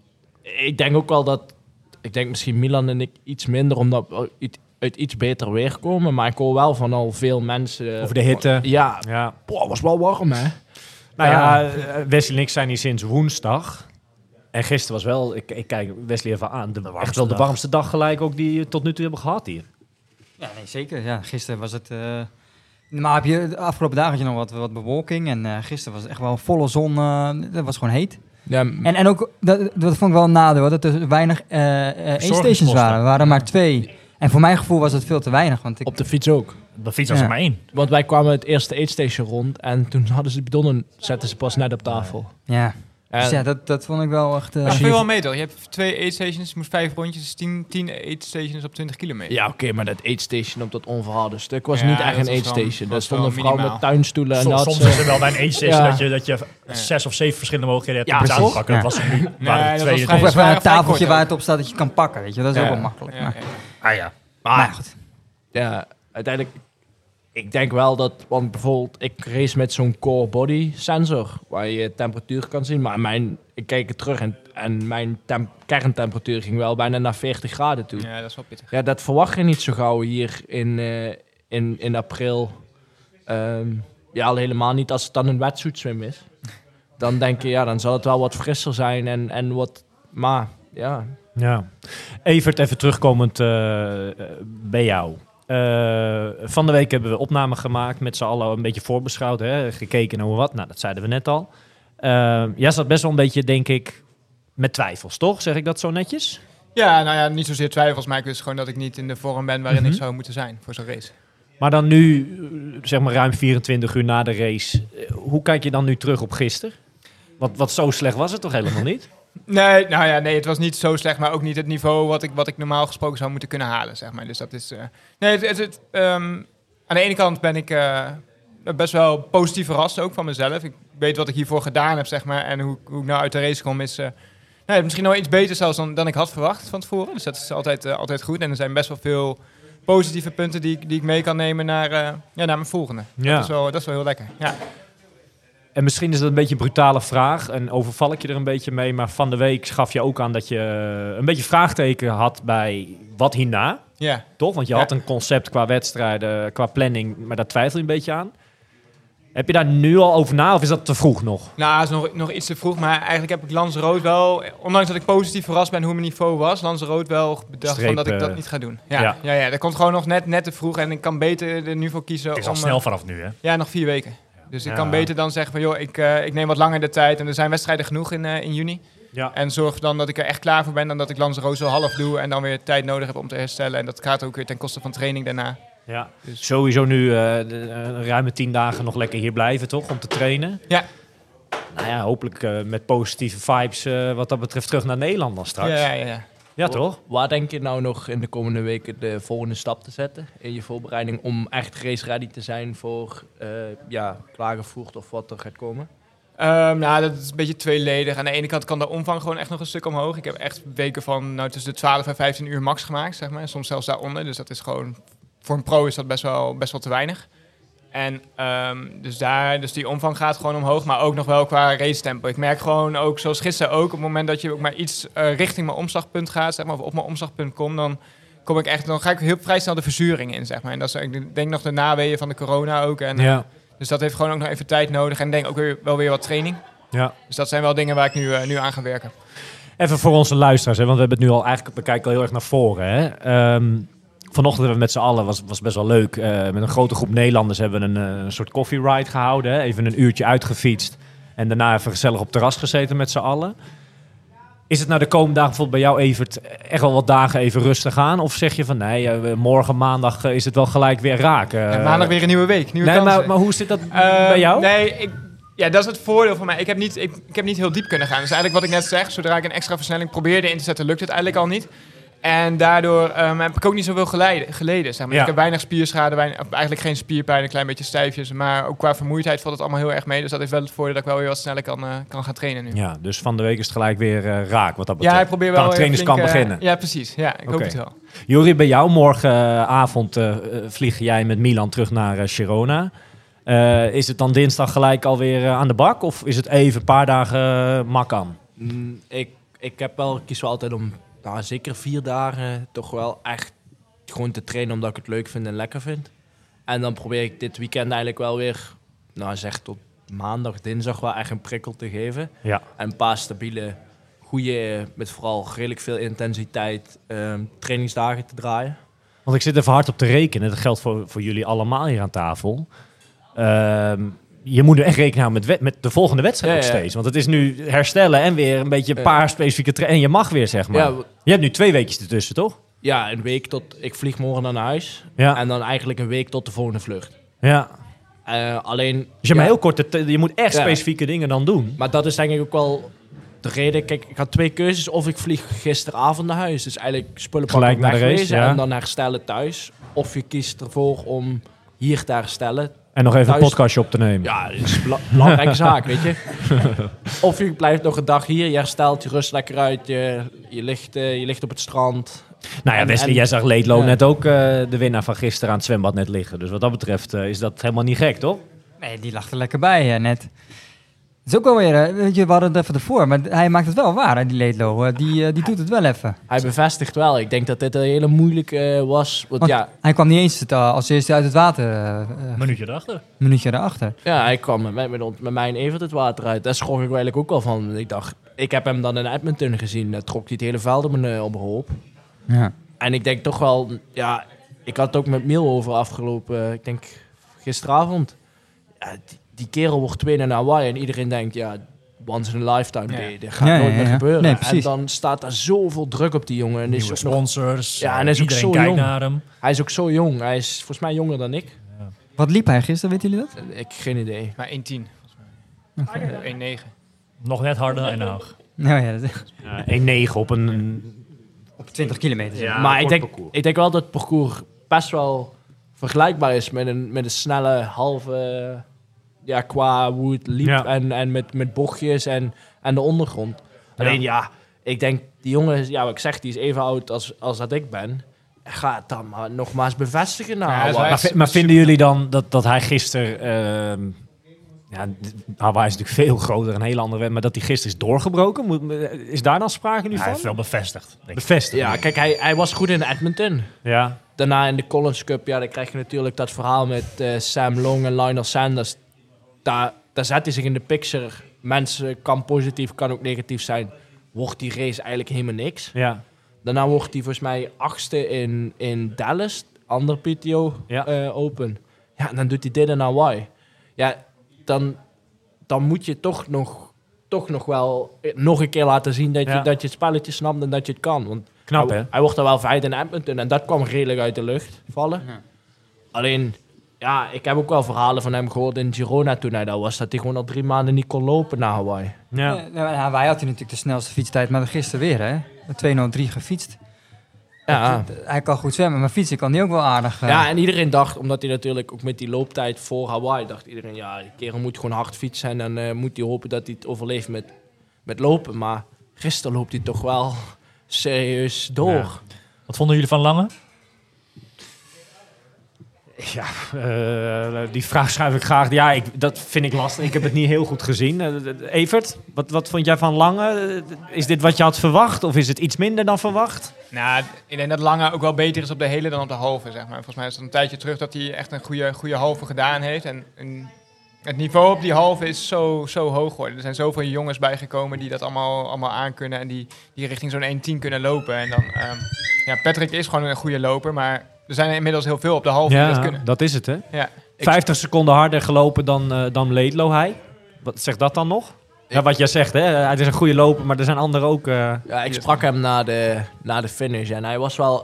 ik denk ook wel dat... Ik denk misschien Milan en ik iets minder, omdat we uit iets beter weer komen. Maar ik hoor wel van al veel mensen... Over de hitte. Ja, Ja. was wel warm, hè? Nou ja, Wesley en ik zijn hier sinds woensdag. En gisteren was wel, ik kijk Wesley even aan, echt wel de dag. warmste dag gelijk ook die we tot nu toe hebben gehad hier. Ja, nee, zeker. Ja, gisteren was het... maar heb je, de afgelopen dagen had je nog wat bewolking. En gisteren was het echt wel volle zon. Dat was gewoon heet. Ja, En ook, dat vond ik wel een nadeel, hoor, dat er weinig aid-stations waren. Er waren maar 2. En voor mijn gevoel was het veel te weinig. Want ik, op de fiets ook. De fiets was er Ja. maar 1. Want wij kwamen het eerste aidstation rond en toen hadden ze de bidonnen, zetten ze pas net op tafel. ja, En dus ja, dat vond ik wel echt... Maar dat viel wel mee toch? Je hebt 2 aid-stations, je moet 5 rondjes, dus 10 aid-stations op 20 kilometer. ja, oké, maar dat aidstation op dat onverharde stuk was Ja, niet echt dat een was wel- aidstation. Daar was stond wel een vrouw minimaal. met tuinstoelen en dat Soms is er wel bij een aid-station Ja. dat je 6 of 7 verschillende mogelijkheden Ja, hebt om het aan te toch? pakken. Ja. Dat was er nu. Nee, waren er dat 2 was er vrij- Of even waren een vrij tafeltje kort waar ook. het op staat dat je kan pakken, weet je. Dat is Ja. ook wel makkelijk. Ja, Maar, oké. Ah ja. maar goed. Ja, uiteindelijk, ik denk wel dat, want bijvoorbeeld, ik race met zo'n core body sensor, waar je temperatuur kan zien, maar ik kijk het terug en mijn kerntemperatuur ging wel bijna naar 40 graden toe. Ja, dat is wel pittig. Ja, dat verwacht je niet zo gauw hier in april. Ja, al helemaal niet als het dan een wetsuit swim is. Dan denk je, ja, dan zal het wel wat frisser zijn en wat, maar ja. Ja. Evert, even terugkomend bij jou. Van de week hebben we opname gemaakt, met z'n allen een beetje voorbeschouwd, hè? Gekeken naar hoe wat. Nou, dat zeiden we net al. Jij zat best wel een beetje, denk ik, met twijfels, toch? Zeg ik dat zo netjes? Ja, nou ja, niet zozeer twijfels, maar ik wist gewoon dat ik niet in de vorm ben waarin ik zou moeten zijn voor zo'n race. Maar dan nu, zeg maar ruim 24 uur na de race, hoe kijk je dan nu terug op gisteren? Wat zo slecht was het toch helemaal niet? Nee, nou ja, nee, het was niet zo slecht, maar ook niet het niveau wat ik normaal gesproken zou moeten kunnen halen, zeg maar. Dus dat is... aan de ene kant ben ik best wel positief verrast ook van mezelf. Ik weet wat ik hiervoor gedaan heb, zeg maar, en hoe ik nou uit de race kom is... misschien nog iets beter zelfs dan ik had verwacht van tevoren. Dus dat is altijd goed. En er zijn best wel veel positieve punten die ik mee kan nemen naar mijn volgende. Ja. Dat is wel heel lekker. Ja. En misschien is dat een beetje een brutale vraag en overval ik je er een beetje mee. Maar van de week gaf je ook aan dat je een beetje vraagteken had bij wat hierna. Ja. Toch? Want je Ja. had een concept qua wedstrijden, qua planning, maar daar twijfel je een beetje aan. Heb je daar nu al over na of is dat te vroeg nog? Nou, het is nog iets te vroeg, maar eigenlijk heb ik Lanzarote wel, ondanks dat ik positief verrast ben hoe mijn niveau was, Lanzarote wel bedacht Streep, van dat ik dat niet ga doen. Ja, ja. ja. Dat komt gewoon nog net te vroeg en ik kan beter er nu voor kiezen Het is al om... snel vanaf nu, hè? Ja, nog 4 weken. Dus ik Ja. kan beter dan zeggen van, joh, ik neem wat langer de tijd en er zijn wedstrijden genoeg in juni. Ja. En zorg dan dat ik er echt klaar voor ben dan dat ik Lanzarote zo half doe en dan weer tijd nodig heb om te herstellen. En dat gaat ook weer ten koste van training daarna. Ja. Dus- Sowieso nu ruime 10 dagen nog lekker hier blijven, toch? Om te trainen. Ja. Nou ja, hopelijk met positieve vibes wat dat betreft terug naar Nederland dan straks. Ja. Ja, toch? Waar denk je nou nog in de komende weken de volgende stap te zetten in je voorbereiding om echt race ready te zijn voor Klagenvoort of wat er gaat komen? Nou, dat is een beetje tweeledig. Aan de ene kant kan de omvang gewoon echt nog een stuk omhoog. Ik heb echt weken van tussen de 12 en 15 uur max gemaakt, zeg maar. Soms zelfs daaronder. Dus dat is gewoon... Voor een pro is dat best wel te weinig. En dus die omvang gaat gewoon omhoog, maar ook nog wel qua race tempo. Ik merk gewoon ook, zoals gisteren ook, op het moment dat je ook maar iets richting mijn omslagpunt gaat, zeg maar, of op mijn omslagpunt kom, dan ga ik heel vrij snel de verzuring in, zeg maar. En dat is, ik denk nog de naweeën van de corona ook. En, Ja. Dus dat heeft gewoon ook nog even tijd nodig en denk ook wel weer wat training. Ja. Dus dat zijn wel dingen waar ik nu aan ga werken. Even voor onze luisteraars, hè, want we hebben het nu al eigenlijk, we kijken al heel erg naar voren. Hè. Vanochtend hebben we met z'n allen, was best wel leuk, met een grote groep Nederlanders hebben we een soort coffee ride gehouden. Hè. Even een uurtje uitgefietst en daarna even gezellig op het terras gezeten met z'n allen. Is het nou de komende dagen bijvoorbeeld bij jou, Evert, echt wel wat dagen even rustig aan? Of zeg je van nee, morgen maandag is het wel gelijk weer raak? En maandag weer een nieuwe week, nieuwe nee, kansen. maar hoe zit dat bij jou? Nee, ja, dat is het voordeel van mij. Ik heb niet heel diep kunnen gaan. Dus eigenlijk wat ik net zeg, zodra ik een extra versnelling probeerde in te zetten, lukt het eigenlijk al niet. En daardoor heb ik ook niet zoveel geleden. Zeg maar. Ja. Ik heb weinig spierschade, eigenlijk geen spierpijn, een klein beetje stijfjes. Maar ook qua vermoeidheid valt het allemaal heel erg mee. Dus dat heeft wel het voordeel dat ik wel weer wat sneller kan gaan trainen nu. Ja, dus van de week is het gelijk weer raak wat dat betreft. Ja, ik probeer wel kan trainingskamp beginnen. Ja, precies. Ja, ik hoop het wel. Jori, bij jou morgenavond vlieg jij met Milan terug naar Girona. Is het dan dinsdag gelijk alweer aan de bak? Of is het even een paar dagen mak aan? Ik kies wel altijd om zeker 4 dagen toch wel echt gewoon te trainen omdat ik het leuk vind en lekker vind. En dan probeer ik dit weekend eigenlijk wel weer, zeg tot maandag, dinsdag wel echt een prikkel te geven. Ja. En een paar stabiele, goede, met vooral redelijk veel intensiteit trainingsdagen te draaien. Want ik zit even hard op te rekenen. Dat geldt voor jullie allemaal hier aan tafel. Je moet er echt rekening houden met de volgende wedstrijd ook steeds. Want het is nu herstellen en weer een beetje een paar specifieke trainen. En je mag weer, zeg maar. Ja, je hebt nu 2 weekjes ertussen, toch? Ja, een week tot... Ik vlieg morgen naar huis. Ja. En dan eigenlijk een week tot de volgende vlucht. Ja. Alleen... Dus je hebt heel kort... Je moet echt specifieke dingen dan doen. Maar dat is denk ik ook wel de reden. Kijk, ik had 2 keuzes. Of ik vlieg gisteravond naar huis. Dus eigenlijk spullen pakken, gelijk naar de race, en dan herstellen thuis. Of je kiest ervoor om hier te herstellen. En nog even een podcastje op te nemen. Ja, dat is een belangrijke zaak, weet je. Of je blijft nog een dag hier, je herstelt, je rust lekker uit, je ligt op het strand. Nou ja, Wesley, jij zag Leedlo net ook de winnaar van gisteren aan het zwembad net liggen. Dus wat dat betreft is dat helemaal niet gek, toch? Nee, die lag er lekker bij net. Het is ook wel weer, weet je, we hadden het even ervoor, maar hij maakt het wel waar, hè, die Leedlo. Die doet het wel even. Hij bevestigt wel. Ik denk dat dit een hele moeilijke was. Want hij kwam niet eens als eerste uit het water. Minuutje erachter. Ja, hij kwam met mij en Evert het water uit. Daar schrok ik eigenlijk ook wel van. Ik dacht, ik heb hem dan in Edmonton gezien. Daar trok hij het hele veld op me hoop. Ja. En ik denk toch wel, ik had het ook met Miel over afgelopen, ik denk gisteravond. Ja, die kerel wordt tweede in Hawaii en iedereen denkt, once in a lifetime, dit gaat nooit meer gebeuren. Nee, en dan staat er zoveel druk op die jongen. En nieuwe sponsors, en is iedereen ook zo kijkt jong. naar hem. Hij is ook zo jong, hij is volgens mij jonger dan ik. Ja. Wat liep hij gisteren, weten jullie dat? Ik geen idee. Maar 1:10 volgens mij. 1:9. Nog net harder dan Den Haag. Nou ja, dat is... 1:9 op 20 kilometer. Ja, maar ik denk wel dat het parcours best wel vergelijkbaar is met een snelle halve... qua hoe het liep en met bochtjes en de ondergrond. Alleen ik denk, die jongen, wat ik zeg, die is even oud als dat ik ben. Ga het dan maar nogmaals bevestigen. Maar vinden jullie dan dat hij gisteren... Hawaii is natuurlijk veel groter, een hele andere wet, maar dat hij gisteren is doorgebroken? Is daar dan sprake nu van? Hij heeft wel bevestigd. Bevestigd? Ja, kijk, hij was goed in Edmonton. Ja. Daarna in de Collins Cup, dan krijg je natuurlijk dat verhaal met Sam Long en Lionel Sanders. Daar zet hij zich in de picture. Mensen, kan positief, kan ook negatief zijn. Wordt die race eigenlijk helemaal niks. Ja. Daarna wordt hij volgens mij 8e in Dallas, ander PTO Open. Ja, en dan doet hij dit in Hawaii. Ja, dan moet je toch nog wel nog een keer laten zien dat je het spelletje snapt en dat je het kan. Want knap, hè? Hij wordt er wel 5 in Edmonton en dat kwam redelijk uit de lucht vallen. Ja. Alleen, ik heb ook wel verhalen van hem gehoord in Girona toen hij daar was, dat hij gewoon al 3 maanden niet kon lopen naar Hawaii. Ja. Hawaii had hij natuurlijk de snelste fietstijd, maar gisteren weer, hè? 2:03 gefietst. Ja. Hij kan goed zwemmen, maar fietsen kan hij ook wel aardig. Ja, en iedereen dacht, omdat hij natuurlijk ook met die looptijd voor Hawaii, dacht iedereen, die kerel moet gewoon hard fietsen en dan moet hij hopen dat hij het overleeft met lopen. Maar gisteren loopt hij toch wel serieus door. Ja. Wat vonden jullie van Lange? Ja, die vraag schuif ik graag. Ja, dat vind ik lastig. Ik heb het niet heel goed gezien. Evert, wat vond jij van Lange? Is dit wat je had verwacht of is het iets minder dan verwacht? Nou, ik denk dat Lange ook wel beter is op de hele dan op de halve, zeg maar. Volgens mij is het een tijdje terug dat hij echt een goede halve gedaan heeft. En Het niveau op die halve is zo hoog geworden. Er zijn zoveel jongens bijgekomen die dat allemaal aankunnen en die richting zo'n 1.10 kunnen lopen. En dan, Patrick is gewoon een goede loper, maar er zijn inmiddels heel veel op de halve die dat kunnen. Dat is het, hè? Ja. 50 seconden harder gelopen dan Laidlaw hij. Wat zegt dat dan nog? Ja, wat jij zegt, hè? Hij is een goede loper, maar er zijn anderen ook... Ja, ik sprak hem na de finish en hij was wel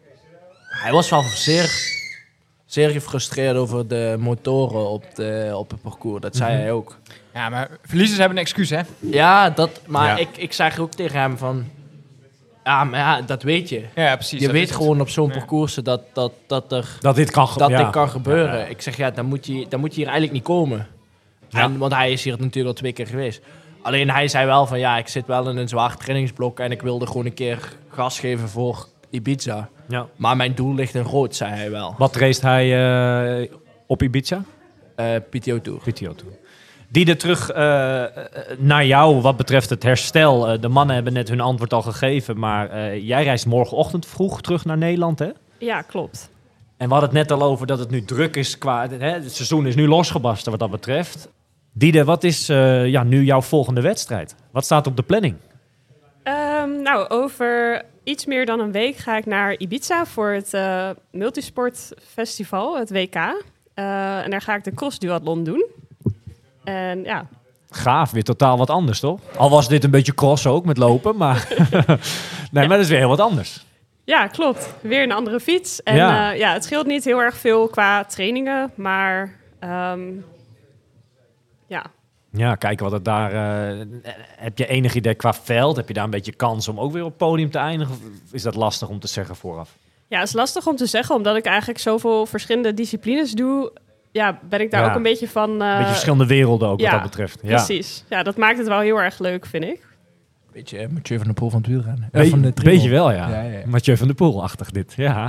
zeer gefrustreerd over de motoren op het parcours. Dat zei hij ook. Ja, maar verliezers hebben een excuus, hè? Ja, maar ik zei ook tegen hem van... Ja, maar ja, dat weet je. Ja, precies. Je weet gewoon op zo'n parcours Dat dit kan dit kan gebeuren. Ja. Ik zeg, dan moet je hier eigenlijk niet komen. Ja. Want hij is hier natuurlijk al 2 keer geweest. Alleen hij zei wel van, ik zit wel in een zwaar trainingsblok en ik wilde gewoon een keer gas geven voor Ibiza. Ja. Maar mijn doel ligt in rood, zei hij wel. Wat race hij op Ibiza? PTO Tour. PTO Tour. Die terug naar jou wat betreft het herstel. De mannen hebben net hun antwoord al gegeven, maar jij reist morgenochtend vroeg terug naar Nederland, hè? Ja, klopt. En we hadden het net al over dat het nu druk is het seizoen is nu losgebarsten wat dat betreft. Diede, wat is nu jouw volgende wedstrijd? Wat staat op de planning? Over iets meer dan een week ga ik naar Ibiza voor het multisportfestival, het WK. En daar ga ik de cross-duathlon doen. En ja... Gaaf, weer totaal wat anders, toch? Al was dit een beetje cross ook, met lopen, maar... maar dat is weer heel wat anders. Ja, klopt. Weer een andere fiets. En het scheelt niet heel erg veel qua trainingen, maar... Ja, kijken wat het daar... heb je enig idee qua veld? Heb je daar een beetje kans om ook weer op het podium te eindigen? Of is dat lastig om te zeggen vooraf? Ja, het is lastig om te zeggen, omdat ik eigenlijk zoveel verschillende disciplines doe. Ja, ben ik daar ook een beetje van... een beetje verschillende werelden ook wat dat betreft. Ja, precies. Ja, dat maakt het wel heel erg leuk, vind ik. Beetje Mathieu van der Poel van het wielrennen. Beetje wel, ja. Mathieu van der Poel-achtig dit, ja.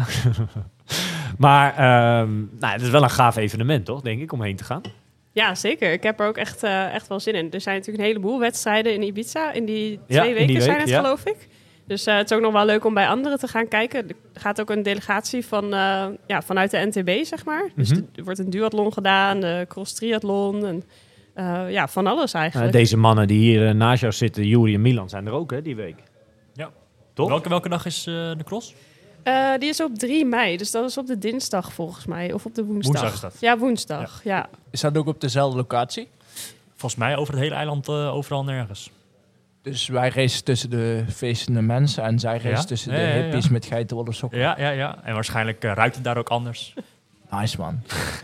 Maar het is wel een gaaf evenement, toch, denk ik, om heen te gaan? Ja, zeker. Ik heb er ook echt wel zin in. Er zijn natuurlijk een heleboel wedstrijden in Ibiza. In die 2 weken zijn het, geloof ik. Dus het is ook nog wel leuk om bij anderen te gaan kijken. Er gaat ook een delegatie vanuit de NTB, zeg maar. Dus er wordt een duathlon gedaan, de cross-triathlon en van alles eigenlijk. Deze mannen die hier naast jou zitten, Juri en Milan, zijn er ook, hè, die week. Ja. Toch? Welke dag is de cross? Die is op 3 mei, dus dat is op de dinsdag volgens mij. Of op de woensdag. Woensdag is dat. Ja, woensdag. Ja. Is dat ook op dezelfde locatie? Volgens mij over het hele eiland overal nergens. Dus wij racen tussen de feestende mensen en zij racen tussen de hippies met geitenwolle sokken. Ja. En waarschijnlijk ruikt het daar ook anders. Nice, man.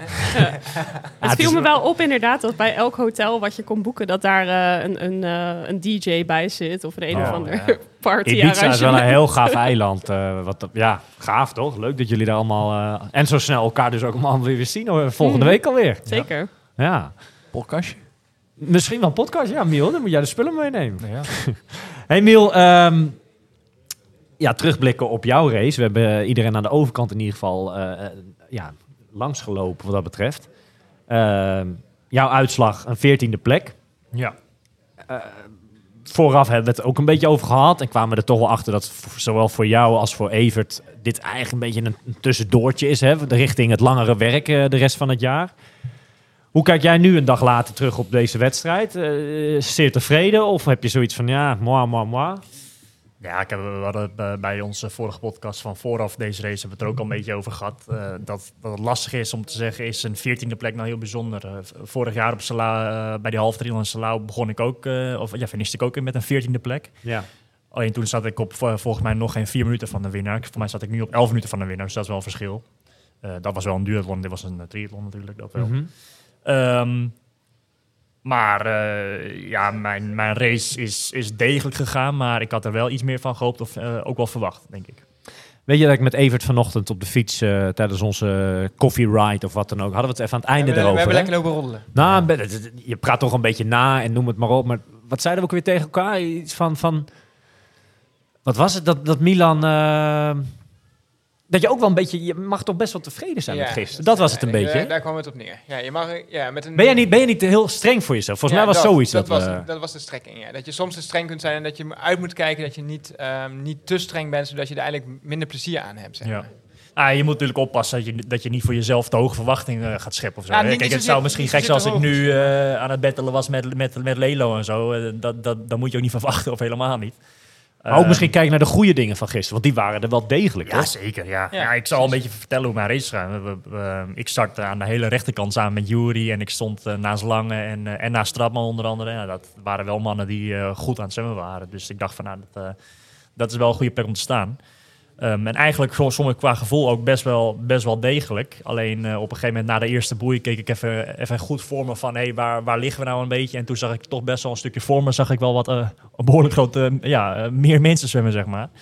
Het viel me wel op inderdaad dat bij elk hotel wat je kon boeken, dat daar een DJ bij zit of een of ander party. Ibiza is wel een heel gaaf eiland. Gaaf toch? Leuk dat jullie daar allemaal... en zo snel elkaar dus ook allemaal weer zien. Volgende week alweer. Zeker. Ja. Podcastje? Misschien wel een podcast, ja, Miel. Dan moet jij de spullen meenemen. Ja. Hey Miel, terugblikken op jouw race. We hebben iedereen aan de overkant in ieder geval langsgelopen wat dat betreft. Jouw uitslag, een 14e plek. Ja. Vooraf hebben we het ook een beetje over gehad. En kwamen we er toch wel achter dat zowel voor jou als voor Evert dit eigenlijk een beetje een tussendoortje is. Hè, richting het langere werk de rest van het jaar. Hoe kijk jij nu een dag later terug op deze wedstrijd? Zeer tevreden? Of heb je zoiets van, moi? Ja, we hadden bij onze vorige podcast van vooraf deze race hebben we het er ook al een beetje over gehad. Dat het lastig is om te zeggen, is een 14e plek nou heel bijzonder. Vorig jaar op Salau, bij die half triathlon in Salau begon ik ook, finishte ik ook met een 14e plek. Ja. Alleen toen zat ik op volgens mij nog geen 4 minuten van de winnaar. Voor mij zat ik nu op 11 minuten van de winnaar, dus dat is wel een verschil. Dat was wel een duathlon, dit was een triathlon natuurlijk, dat wel. Mijn race is degelijk gegaan, maar ik had er wel iets meer van gehoopt of ook wel verwacht, denk ik. Weet je dat ik met Evert vanochtend op de fiets tijdens onze coffee ride of wat dan ook, hadden we het even aan het einde erover. We hebben lekker lopen roddelen. Nou, je praat toch een beetje na en noem het maar op. Maar wat zeiden we ook weer tegen elkaar? Iets van wat was het? Dat Milan... dat je ook wel een beetje... Je mag toch best wel tevreden zijn met gisteren. Dat was het een beetje. Daar kwam het op neer. Ja, je mag, met een... Ben je niet heel streng voor jezelf? Volgens mij was zoiets. Dat was de strekking, ja. Dat je soms te streng kunt zijn en dat je uit moet kijken dat je niet te streng bent, zodat je er eigenlijk minder plezier aan hebt. Zeg maar. Je moet natuurlijk oppassen dat je niet voor jezelf te hoge verwachtingen gaat scheppen of zo. Ja, hè. niet Kijk, het zozeer- zou misschien niet gek zijn als zozeer ik te nu aan het battelen was met Lelo en zo. Dat moet je ook niet verwachten of helemaal niet. Maar ook misschien kijken naar de goede dingen van gisteren, want die waren er wel degelijk, Ja, toch? zeker. Ja, ik zal een beetje vertellen hoe mijn race gaat. Ik startte aan de hele rechterkant samen met Jury en ik stond naast Lange en naast Strapman onder andere. Ja, dat waren wel mannen die goed aan het zwemmen waren. Dus ik dacht van, dat is wel een goede plek om te staan. En eigenlijk soms qua gevoel ook best wel degelijk. Alleen op een gegeven moment na de eerste boei keek ik even goed voor me van waar liggen we nou een beetje. En toen zag ik toch best wel een stukje voor me, zag ik wel wat een behoorlijk grote, meer mensen zwemmen, zeg maar.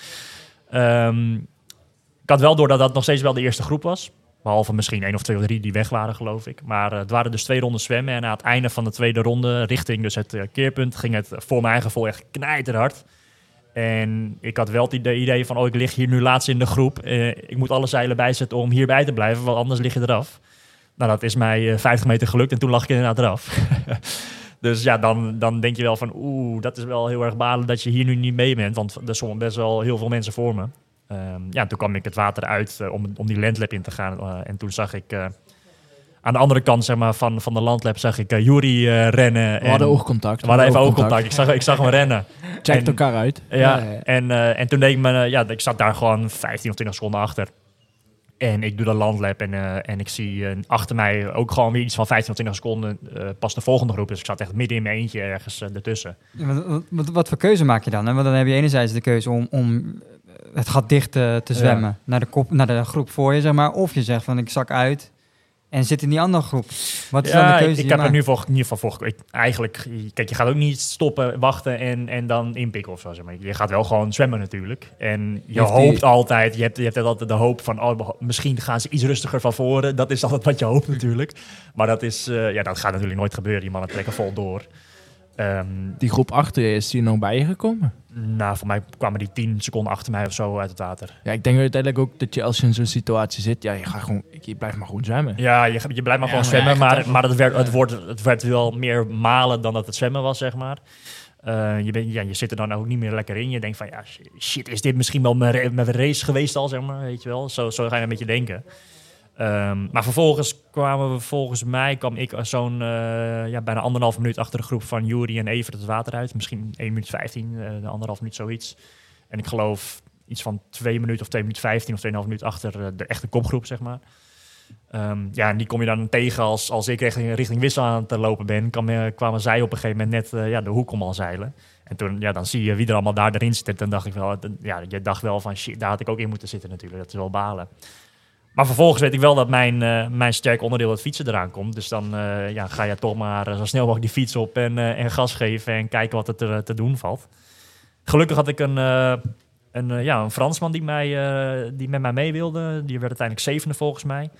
Ik had wel door dat nog steeds wel de eerste groep was. Behalve misschien 1 of 2 of 3 die weg waren, geloof ik. Maar het waren dus 2 ronden zwemmen. En aan het einde van de tweede ronde, richting dus het keerpunt, ging het voor mijn gevoel echt knijterhard. En ik had wel het idee van, ik lig hier nu laatst in de groep. Ik moet alle zeilen bijzetten om hierbij te blijven, want anders lig je eraf. Nou, dat is mij 50 meter gelukt en toen lag ik inderdaad eraf. Dus ja, dan denk je wel van, dat is wel heel erg balen dat je hier nu niet mee bent. Want er stonden best wel heel veel mensen voor me. Toen kwam ik het water uit om die landlap in te gaan. En toen zag ik aan de andere kant zeg maar, van de landlap zag ik Jury rennen. We hadden oogcontact. We hadden even oogcontact. Ik zag hem rennen. Checkt En- elkaar uit. En toen deed ik me, ik zat daar gewoon 15 of 20 seconden achter. En ik doe de landlap en ik zie achter mij ook gewoon weer iets van 15 of 20 seconden pas de volgende groep. Dus ik zat echt midden in mijn eentje ergens ertussen. Ja, wat voor keuze maak je dan? Hè? Want dan heb je enerzijds de keuze om het gat dicht te zwemmen naar de groep voor je, zeg maar. Of je zegt van ik zak uit en zit in die andere groep. Wat is dan de keuze ik die je heb er maakt? nu in ieder geval voor. Eigenlijk, kijk, je gaat ook niet stoppen, wachten en dan inpikken of zo. Zeg maar. Je gaat wel gewoon zwemmen natuurlijk. En je Heeft die- hoopt altijd, je hebt altijd de hoop van, misschien gaan ze iets rustiger van voren. Dat is altijd wat je hoopt natuurlijk. Maar dat is, dat gaat natuurlijk nooit gebeuren. Die mannen trekken vol door. Die groep achter je, is die nog bij je gekomen? Nou, voor mij kwamen die 10 seconden achter mij of zo uit het water. Ja, ik denk uiteindelijk ook dat je als je in zo'n situatie zit, je blijft maar gewoon zwemmen. Ja, je blijft maar gewoon zwemmen, maar het werd wel meer malen dan dat het zwemmen was, zeg maar. Je zit er dan ook niet meer lekker in. Je denkt van, ja, shit, is dit misschien wel mijn race geweest al, zeg maar, weet je wel. Zo ga je een beetje denken. Maar vervolgens kwam ik zo'n bijna 1,5 minuut achter de groep van Jury en Evert het water uit. Misschien 1 minuut 15, 1,5 minuut zoiets. En ik geloof iets van 2 minuten of 2 minuten 15 of 2,5 minuut achter de echte kopgroep, zeg maar. En die kom je dan tegen als ik richting Wissel aan het lopen ben. Kwamen zij op een gegeven moment net de hoek om al zeilen. En toen, dan zie je wie er allemaal erin zit. En toen dacht ik wel, je dacht wel van shit, daar had ik ook in moeten zitten natuurlijk. Dat is wel balen. Maar vervolgens weet ik wel dat mijn sterk onderdeel het fietsen eraan komt. Dus dan ga je toch maar zo snel mogelijk die fiets op en gas geven en kijken wat er te doen valt. Gelukkig had ik een Fransman die met mij mee wilde. Die werd uiteindelijk 7e volgens mij.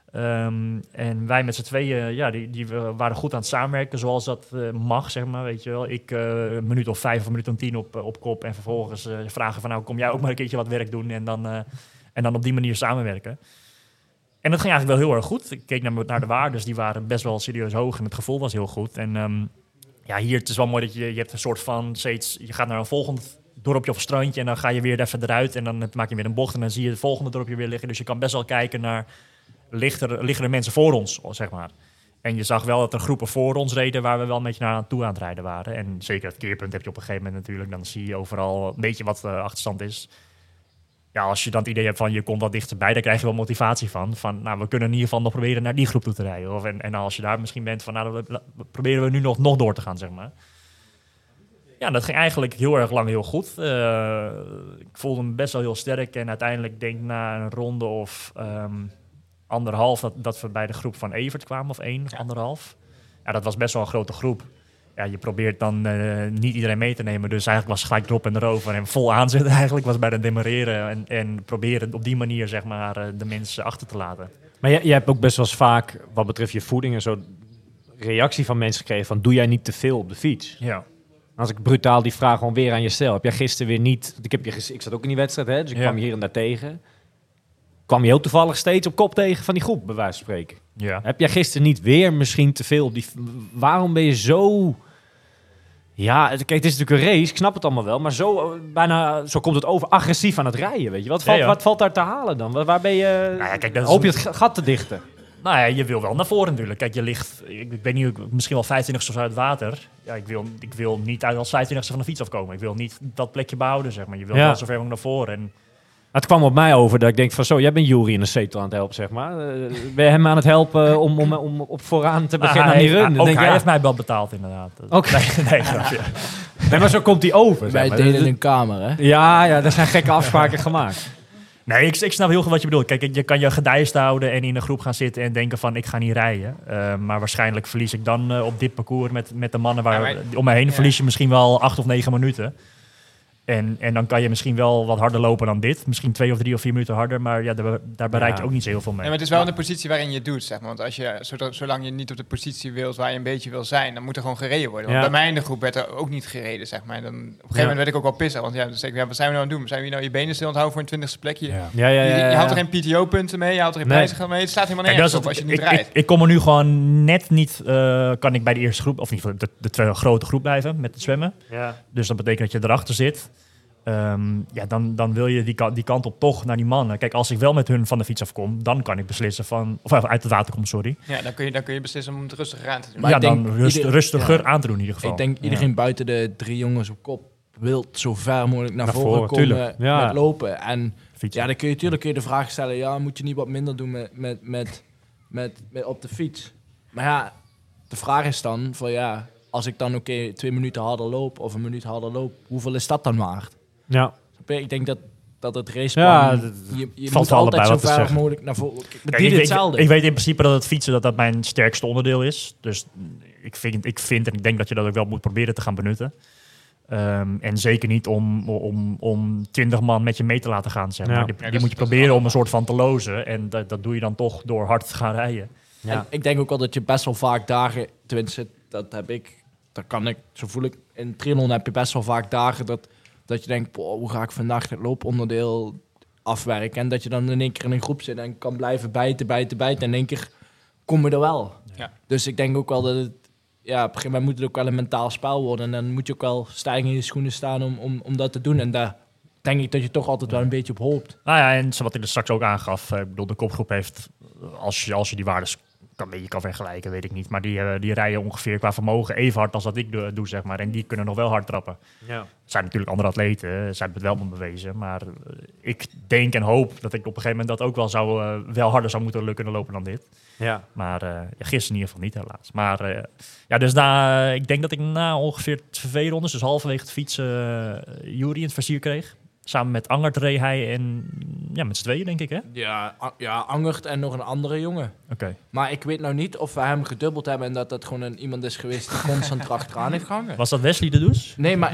En wij met z'n tweeën, die waren goed aan het samenwerken zoals dat mag, zeg maar, weet je wel. Ik een minuut of 5 of een minuut of 10 op kop en vervolgens vragen van, nou, kom jij ook maar een keertje wat werk doen en dan op die manier samenwerken. En dat ging eigenlijk wel heel erg goed. Ik keek naar de waardes, die waren best wel serieus hoog en het gevoel was heel goed. En hier, het is wel mooi dat je hebt een soort van steeds, je gaat naar een volgend dorpje of strandje en dan ga je weer even eruit en dan maak je weer een bocht en dan zie je het volgende dorpje weer liggen. Dus je kan best wel kijken naar, liggen er mensen voor ons, zeg maar. En je zag wel dat er groepen voor ons reden waar we wel een beetje naar toe aan het rijden waren. En zeker het keerpunt heb je op een gegeven moment natuurlijk. Dan zie je overal een beetje wat de achterstand is. Ja, als je dan het idee hebt van je komt wat dichterbij, dan krijg je wel motivatie van nou, we kunnen in ieder geval nog proberen naar die groep toe te rijden. En als je daar misschien bent van, nou, proberen we nu nog door te gaan, zeg maar. Ja, dat ging eigenlijk heel erg lang heel goed. Ik voelde me best wel heel sterk en uiteindelijk denk ik na een ronde of 1,5 dat we bij de groep van Evert kwamen, of 1,5. Ja, dat was best wel een grote groep. Ja, je probeert dan niet iedereen mee te nemen. Dus eigenlijk was gelijk drop en erover en vol aanzetten eigenlijk. Was bij het demareren en proberen op die manier zeg maar de mensen achter te laten. Maar je hebt ook best wel eens vaak, wat betreft je voeding en zo, reactie van mensen gekregen van, doe jij niet te veel op de fiets? Ja. Als ik brutaal die vraag gewoon weer aan je stel. Heb jij gisteren weer niet... Ik zat ook in die wedstrijd, hè, dus ik kwam je hier en daar tegen. Kwam je heel toevallig steeds op kop tegen van die groep, bij wijze van spreken. Ja. Heb jij gisteren niet weer misschien te veel op die... Waarom ben je zo... Ja, kijk, het is natuurlijk een race, ik snap het allemaal wel, maar zo komt het over, agressief aan het rijden, weet je. Wat valt daar te halen dan? Waar ben je, Nou ja, kijk, dat is hoop je het gat te dichten? Nou ja, je wil wel naar voren natuurlijk. Kijk, je ligt, ik weet niet, misschien wel 25ste of zo uit het water. Ja, ik wil niet als 25ste van de fiets afkomen. Ik wil niet dat plekje behouden, zeg maar. Je wil wel zo ver mogelijk naar voren. En Het kwam op mij over dat ik denk van zo, jij bent Jury in een zetel aan het helpen, zeg maar. Ben je hem aan het helpen om op vooraan te beginnen aan die run? Ook Denk, hij heeft mij wel betaald, inderdaad. Oké. Nee, grapje. Nee, maar zo komt hij over. Wij zeg maar. delen een kamer, hè? Ja, er zijn gekke afspraken gemaakt. Nee, ik snap heel goed wat je bedoelt. Kijk, je kan je gedijst houden en in een groep gaan zitten en denken van ik ga niet rijden. Maar waarschijnlijk verlies ik dan op dit parcours met de mannen om me heen verlies je misschien wel 8 of 9 minuten. En dan kan je misschien wel wat harder lopen dan dit. Misschien 2 of 3 of 4 minuten harder. Maar ja, daar bereik je ook niet zo heel veel mee. Nee, maar het is wel de positie waarin je het doet, zeg maar. Want als je, zolang je niet op de positie wilt waar je een beetje wil zijn, dan moet er gewoon gereden worden. Want bij mij in de groep werd er ook niet gereden, zeg maar. En dan, op een gegeven moment werd ik ook wel pissig. Want dus wat zijn we nou aan het doen? Zijn we hier nou je benen stil aan het houden voor een 20ste plekje? Je haalt er geen PTO-punten mee, je haalt er geen prijzen mee. Het staat helemaal nergens op als je niet rijdt. Ik kom er nu gewoon net niet, kan ik bij de eerste groep, of in ieder geval de tweede grote groep blijven met het zwemmen. Ja. Dus dat betekent dat je erachter zit. Dan wil je die kant op toch naar die mannen. Kijk, als ik wel met hun van de fiets afkom, dan kan ik beslissen of uit het water kom, sorry. Ja, dan kun je beslissen om het rustiger aan te doen. Maar ja, dan rustiger aan te doen in ieder geval. Ik denk iedereen buiten de 3 jongens op kop wil zo ver mogelijk naar voren komen met lopen. En fietsen. Ja, dan kun je natuurlijk de vraag stellen, ja, moet je niet wat minder doen met op de fiets? Maar ja, de vraag is dan van ja, als ik dan 2 minuten harder loop of 1 minuut harder loop, hoeveel is dat dan waard? Ja. Ik denk dat het raceplan... je moet altijd zo ver mogelijk naar voren. Ik weet in principe dat het fietsen dat mijn sterkste onderdeel is. Dus ik vind en ik denk dat je dat ook wel moet proberen te gaan benutten. En zeker niet om 20 man met je mee te laten gaan. Zeg maar. Die moet je proberen om een soort van te lozen. En dat doe je dan toch door hard te gaan rijden. Ja. En ik denk ook wel dat je best wel vaak dagen... Tenminste, dat kan ik, zo voel ik. In triathlon heb je best wel vaak dagen dat je denkt, hoe ga ik vandaag het looponderdeel afwerken? En dat je dan in één keer in een groep zit en kan blijven bijten. En in één keer kom je er wel. Ja. Dus ik denk ook wel dat het... Ja, op een gegeven moment moet het ook wel een mentaal spel worden. En dan moet je ook wel stijgen in je schoenen staan om dat te doen. En daar denk ik dat je toch altijd wel een beetje op hoopt. Nou ja, en wat ik er straks ook aangaf. Ik bedoel, de kopgroep heeft, als je die waardes kan vergelijken, weet ik niet. Maar die rijden ongeveer qua vermogen even hard als dat ik doe, zeg maar. En die kunnen nog wel hard trappen. Ja. Het zijn natuurlijk andere atleten, zij hebben het wel bewezen. Maar ik denk en hoop dat ik op een gegeven moment dat ook wel harder zou moeten kunnen lopen dan dit. Ja. Maar gisteren in ieder geval niet, helaas. Maar dus ik denk dat ik na ongeveer 2 rondes, dus halverwege het fietsen, Jury in het vizier kreeg. Samen met Angert reed hij en met z'n tweeën, denk ik, hè? Ja, Angert en nog een andere jongen. Okay. Maar ik weet nou niet of we hem gedubbeld hebben en dat gewoon iemand is geweest die constant erachteraan heeft gehangen. Was dat Wesley de Does? Nee, maar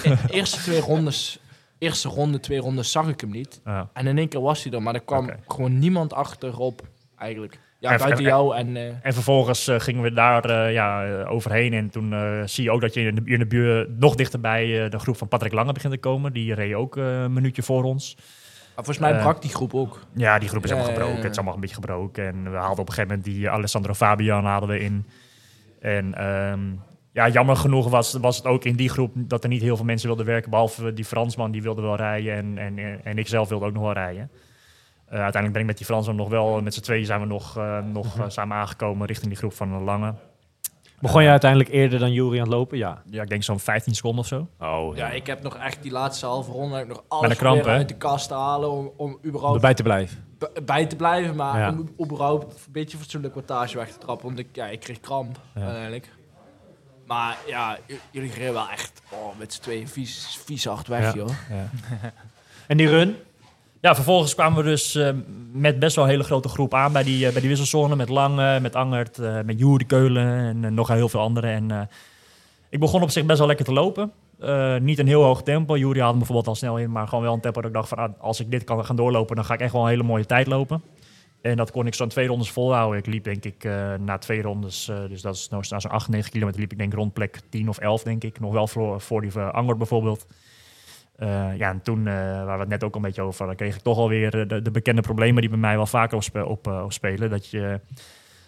eerste ronde, 2 rondes zag ik hem niet. Ja. En in één keer was hij er, maar er kwam gewoon niemand achterop, eigenlijk. Ja, buiten jou en vervolgens gingen we daar overheen. En toen zie je ook dat je in de buurt nog dichterbij de groep van Patrick Lange begint te komen. Die reed ook een minuutje voor ons. Maar volgens mij brak die groep ook. Ja, die groep is helemaal gebroken. Het is allemaal een beetje gebroken. En we haalden op een gegeven moment die Alessandro Fabian hadden we in. En jammer genoeg was het ook in die groep dat er niet heel veel mensen wilden werken. Behalve die Fransman, die wilde wel rijden. En ik zelf wilde ook nog wel rijden. Uiteindelijk ben ik met die Fransman nog wel, met z'n tweeën zijn we nog samen aangekomen richting die groep van Lange. Begon je uiteindelijk eerder dan Jury aan het lopen? Ja, ik denk zo'n 15 seconden of zo. Oh, ja, ik heb nog echt die laatste halve ronde nog alles uit de kast te halen om überhaupt erbij te blijven. Bij te blijven, maar om überhaupt een beetje fatsoenlijk wattage weg te trappen. Want ik kreeg kramp uiteindelijk. Maar ja, jullie reden wel echt met z'n tweeën vies hard weg, joh. Ja. En die run? Ja, vervolgens kwamen we dus met best wel een hele grote groep aan bij die wisselzone. Met Lange, met Angert, met Jury Keulen en nog heel veel anderen. En ik begon op zich best wel lekker te lopen. Niet een heel hoog tempo. Jury had me bijvoorbeeld al snel in, maar gewoon wel een tempo dat ik dacht van... als ik dit kan gaan doorlopen, dan ga ik echt wel een hele mooie tijd lopen. En dat kon ik zo'n 2 rondes volhouden. Ik liep denk ik na 2 rondes, dus dat is na zo'n 8, 9 kilometer, liep ik denk rond plek 10 of 11 denk ik. Nog wel voor die Angert bijvoorbeeld. En toen, waar we het net ook een beetje over hadden, kreeg ik toch alweer de bekende problemen die bij mij wel vaker op spelen.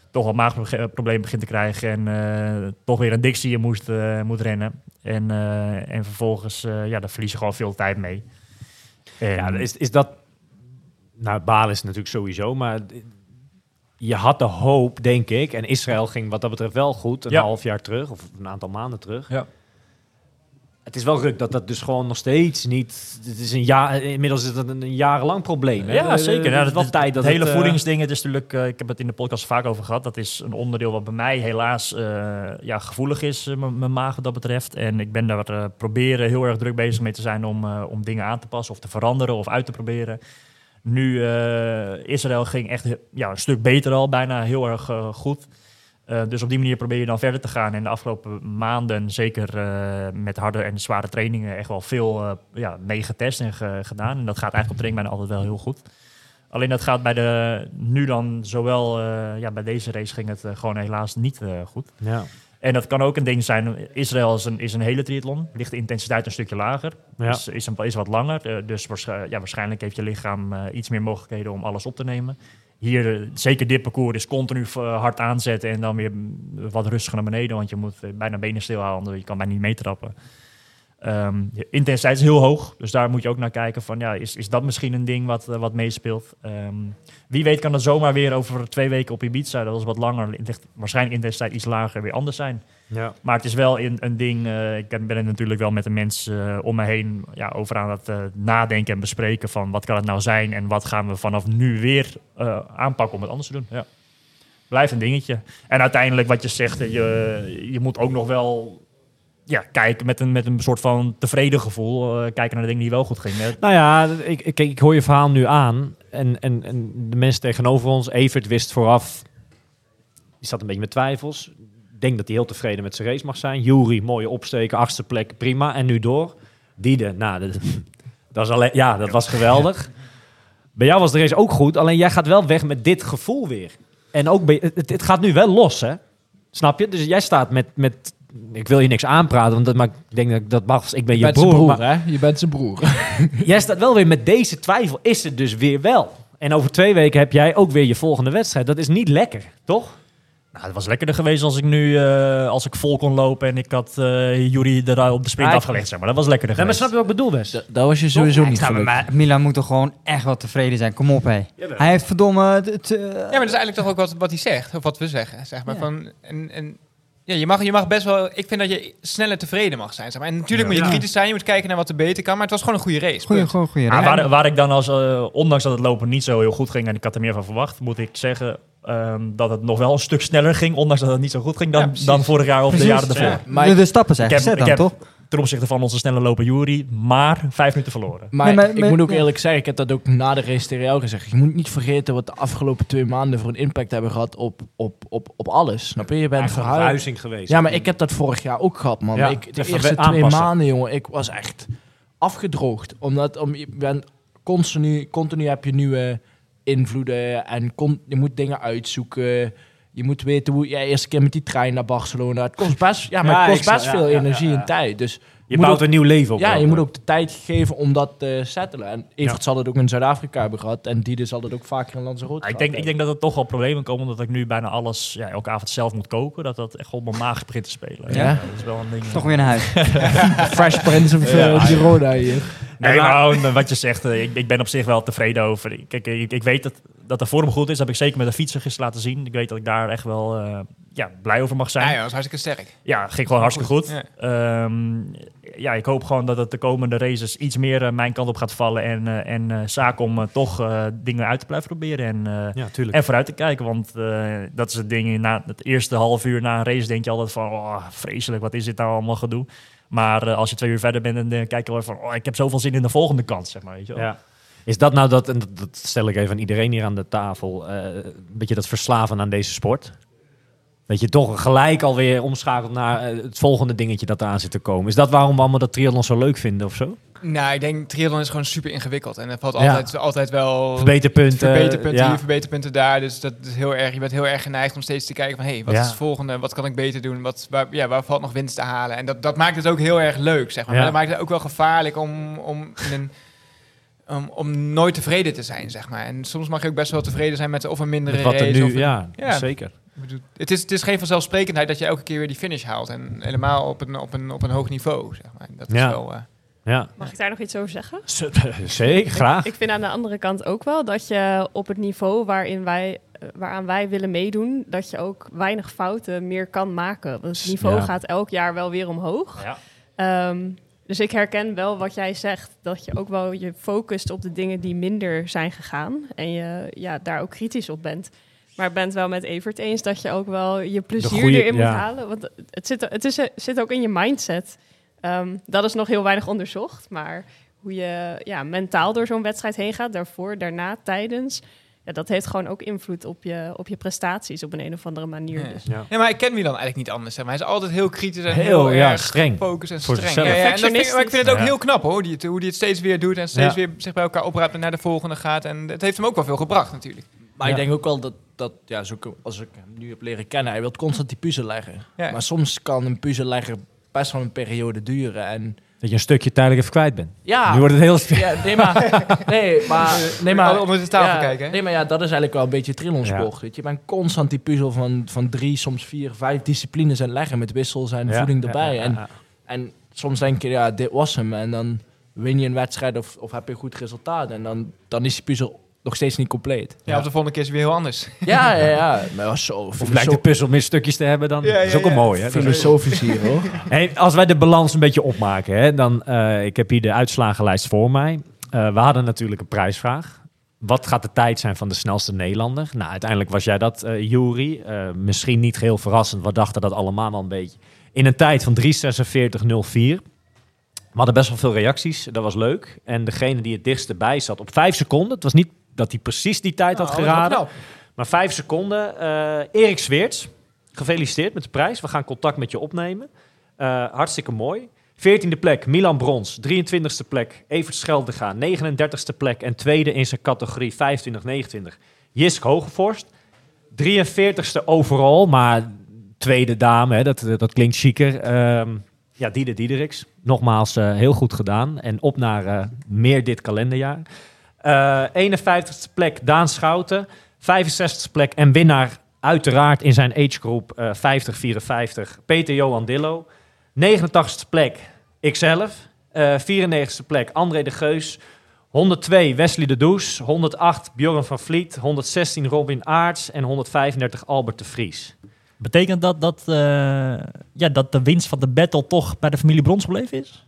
toch wat maagprobleem begint te krijgen en toch weer een diksie moet rennen. En vervolgens, daar verlies je gewoon veel tijd mee. En, is dat... Nou, balen is natuurlijk sowieso, maar je had de hoop, denk ik, en Israël ging wat dat betreft wel goed, een half jaar terug, of een aantal maanden terug. Ja. Het is wel ruk dat dus gewoon nog steeds niet... Het is inmiddels is het een jarenlang probleem. Hè? Ja, zeker. Het is wel tijd dat het hele het, voedingsding, het is natuurlijk, ik heb het in de podcast vaak over gehad, dat is een onderdeel wat bij mij helaas gevoelig is, mijn maag wat dat betreft. En ik ben daar proberen heel erg druk bezig mee te zijn om dingen aan te passen of te veranderen of uit te proberen. Nu, Israël ging echt een stuk beter al, bijna heel erg goed. Dus op die manier probeer je dan verder te gaan. En de afgelopen maanden, zeker met harde en zware trainingen, echt wel veel mee getest en gedaan. En dat gaat eigenlijk op training bijna altijd wel heel goed. Alleen dat gaat nu dan zowel bij deze race ging het gewoon helaas niet goed. Ja. En dat kan ook een ding zijn. Israël is een hele triathlon. Ligt de intensiteit een stukje lager. Ja. Is wat langer. Dus waarschijnlijk heeft je lichaam iets meer mogelijkheden om alles op te nemen. Hier, zeker dit parcours, is continu hard aanzetten en dan weer wat rustiger naar beneden. Want je moet bijna benen stilhouden, je kan bijna niet meetrappen. De intensiteit is heel hoog, dus daar moet je ook naar kijken van, is dat misschien een ding wat meespeelt. Wie weet kan dat zomaar weer over 2 weken op Ibiza, dat is wat langer, waarschijnlijk intensiteit iets lager, weer anders zijn. Ja. Maar het is wel een ding, ik ben er natuurlijk wel met de mensen om me heen over aan het nadenken en bespreken van wat kan het nou zijn en wat gaan we vanaf nu weer aanpakken om het anders te doen. Ja. Blijft een dingetje. En uiteindelijk wat je zegt, je moet ook nog wel kijken met een soort van tevreden gevoel, kijken naar de dingen die wel goed gingen. Nou ja, ik hoor je verhaal nu aan en de mensen tegenover ons, Evert wist vooraf, die zat een beetje met twijfels. Ik denk dat hij heel tevreden met zijn race mag zijn. Juri, mooie opsteken, 8e plek, prima. En nu door. Diede, dat was geweldig. Bij jou was de race ook goed, alleen jij gaat wel weg met dit gevoel weer. En ook het gaat nu wel los, hè? Snap je? Dus jij staat met ik wil je niks aanpraten, maar ik denk dat mag. Ik ben je broer. Hè? Je bent zijn broer. Jij staat wel weer met deze twijfel. Is het dus weer wel? En over 2 weken heb jij ook weer je volgende wedstrijd. Dat is niet lekker, toch? Nou, het was lekkerder geweest als ik nu als ik vol kon lopen en ik had Juri er op de sprint afgelegd, zeg maar. Dat was lekkerder geweest. Maar snap je wat ik bedoel, Wes? Dat was je sowieso niet gelukt. Maar Milan moet toch gewoon echt wel tevreden zijn. Kom op, hé. Hij heeft verdomme... Ja, maar dat is eigenlijk toch ook wat hij zegt. Of wat we zeggen, zeg maar. Ja. Je mag best wel... Ik vind dat je sneller tevreden mag zijn. Zeg maar. En natuurlijk moet je kritisch zijn. Je moet kijken naar wat er beter kan. Maar het was gewoon een goede race. Goeie race. Waar ik dan ondanks dat het lopen niet zo heel goed ging en ik had er meer van verwacht, moet ik zeggen dat het nog wel een stuk sneller ging, ondanks dat het niet zo goed ging dan vorig jaar of de jaren daarvoor. Ja. Maar de stappen zijn gezet dan, toch? Ten opzichte van onze snelle loper Juri, maar 5 minuten verloren. Maar ik moet ook eerlijk zeggen, ik heb dat ook na de race tegen jou gezegd. Je moet niet vergeten wat de afgelopen 2 maanden voor een impact hebben gehad op alles. Snap je? Je bent verhuizing geweest. Ja, maar ik heb dat vorig jaar ook gehad, man. De eerste 2 maanden, jongen, ik was echt afgedroogd. Je bent continu heb je nieuwe invloeden en je moet dingen uitzoeken. Je moet weten hoe... eerste keer met die trein naar Barcelona. Het kost best, veel energie en tijd. Dus je bouwt ook een nieuw leven op. Ja, je moet ook de tijd geven om dat te settelen. En Evert zal het ook in Zuid-Afrika hebben gehad. En Diede zal het ook vaker in Lanzarote ik denk dat er toch wel problemen komen, omdat ik nu bijna alles elke avond zelf moet koken. Dat echt op mijn maag begint te spelen. Ja? Dat is wel een ding. Toch weer naar huis. Fresh Prince of Girona hier. Nee, maar wat je zegt, ik ben op zich wel tevreden over. Kijk, ik weet dat de vorm goed is. Dat heb ik zeker met de fietser gisteren laten zien. Ik weet dat ik daar echt wel blij over mag zijn. Ja, dat was hartstikke sterk. Ja, ging gewoon hartstikke goed. Ja. Ik hoop gewoon dat het de komende races iets meer mijn kant op gaat vallen. En zaak om toch dingen uit te blijven proberen. En vooruit te kijken. Want dat is het ding. Na het eerste half uur na een race denk je altijd van... vreselijk, wat is dit nou allemaal gedoe? Maar als je 2 uur verder bent, dan kijk je wel van... ik heb zoveel zin in de volgende kans, zeg maar. Weet je wel. Ja. Is dat nou dat, en dat stel ik even aan iedereen hier aan de tafel... een beetje dat verslaven aan deze sport? Dat je toch gelijk alweer omschakelt naar het volgende dingetje dat eraan zit te komen. Is dat waarom we allemaal dat triathlon zo leuk vinden of zo? Nou, ik denk triathlon is gewoon super ingewikkeld. En er valt altijd wel... Verbeterpunten hier, verbeterpunten daar. Dus dat is heel erg, je bent heel erg geneigd om steeds te kijken van... wat is het volgende? Wat kan ik beter doen? Waar valt nog winst te halen? En dat maakt het ook heel erg leuk, zeg maar. Maar dat maakt het ook wel gevaarlijk om nooit tevreden te zijn, zeg maar. En soms mag je ook best wel tevreden zijn met of een mindere race. Nu, zeker. Ik bedoel, het is geen vanzelfsprekendheid dat je elke keer weer die finish haalt. En helemaal op een hoog niveau, zeg maar. Dat is wel... Ja. Mag ik daar nog iets over zeggen? Zeker, graag. Ik vind aan de andere kant ook wel dat je op het niveau waaraan wij willen meedoen, dat je ook weinig fouten meer kan maken. Want het niveau gaat elk jaar wel weer omhoog. Ja. Dus ik herken wel wat jij zegt, dat je ook wel je focust op de dingen die minder zijn gegaan. En je daar ook kritisch op bent. Maar ik ben het wel met Evert eens dat je ook wel je plezier erin moet halen. Want het zit ook in je mindset. Dat is nog heel weinig onderzocht. Maar hoe je mentaal door zo'n wedstrijd heen gaat, daarvoor, daarna, tijdens... Ja, dat heeft gewoon ook invloed op je prestaties op een of andere manier. Dus. Ja. Nee, maar ik ken Milan eigenlijk niet anders. Zeg maar. Hij is altijd heel kritisch en heel erg streng. Gefocust en voor streng. zichzelf. Maar ik vind het ook heel knap hoor, hoe hij het steeds weer doet en steeds weer zich bij elkaar opraapt en naar de volgende gaat. En het heeft hem ook wel veel gebracht natuurlijk. Maar ik denk ook wel dat als ik hem nu heb leren kennen, hij wil constant die puzzel leggen. Ja. Maar soms kan een puzzel leggen best wel een periode duren en... Dat je een stukje tijdelijk even kwijt bent. Ja. Nu wordt het heel... Ja, nee, maar onder de tafel kijken. Hè? Nee, maar dat is eigenlijk wel een beetje trillensport. Weet je bent constant die puzzel van 3, soms 4, 5 disciplines aan leggen met wissels en voeding erbij. En soms denk je, dit was hem. En dan win je een wedstrijd of heb je een goed resultaat. En dan is die puzzel nog steeds niet compleet. Ja, op de volgende keer is het weer heel anders. Ja. Maar of lijkt de puzzel meer stukjes te hebben dan? Dat is ook wel mooi, hè? Filosofisch hier, hoor. Hey, als wij de balans een beetje opmaken, hè, dan... ik heb hier de uitslagenlijst voor mij. We hadden natuurlijk een prijsvraag. Wat gaat de tijd zijn van de snelste Nederlander? Nou, uiteindelijk was jij dat, Juri. Misschien niet geheel verrassend. We dachten dat allemaal wel een beetje. In een tijd van 3:46.04. We hadden best wel veel reacties. Dat was leuk. En degene die het dichtst bij zat op 5 seconden... Het was niet dat hij precies die tijd had geraden. Maar 5 seconden. Erik Sweerts, gefeliciteerd met de prijs. We gaan contact met je opnemen. Hartstikke mooi. 14e plek, Milan Brons. 23e plek, Evert Scheldega. 39e plek en tweede in zijn categorie 25-29. Jisk Hogevorst. 43e overal, maar tweede dame, hè, dat klinkt chiquer. Diede Diederiks. Nogmaals, heel goed gedaan. En op naar meer dit kalenderjaar. 51ste plek Daan Schouten, 65ste plek en winnaar uiteraard in zijn agegroep 50-54 Peter Johan Dillo. 89ste plek ikzelf, 94ste plek André de Geus, 102 Wesley de Does, 108 Bjorn van Vliet, 116 Robin Aerts en 135 Albert de Vries. Betekent dat de winst van de battle toch bij de familie Brons gebleven is?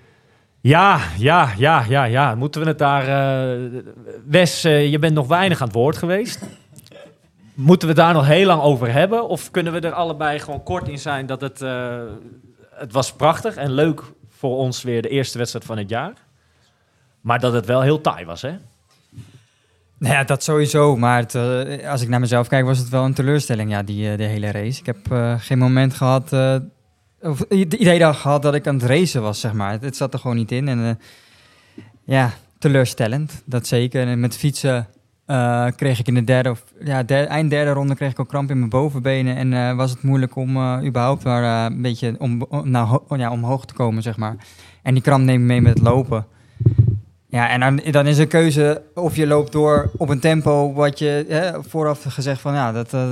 Ja. Moeten we het daar... Wes, je bent nog weinig aan het woord geweest. Moeten we het daar nog heel lang over hebben? Of kunnen we er allebei gewoon kort in zijn dat het was prachtig en leuk voor ons weer de eerste wedstrijd van het jaar. Maar dat het wel heel taai was, hè? Nou ja, dat sowieso. Maar als ik naar mezelf kijk, was het wel een teleurstelling, de hele race. Ik heb geen moment gehad... of het idee gehad dat ik aan het racen was, zeg maar. Het zat er gewoon niet in. En teleurstellend, dat zeker. En met fietsen kreeg ik in de eind derde ronde kreeg ik ook kramp in mijn bovenbenen. En was het moeilijk om überhaupt maar een beetje omhoog te komen, zeg maar. En die kramp neem ik mee met het lopen. Ja, en dan is een keuze of je loopt door op een tempo wat je vooraf gezegd van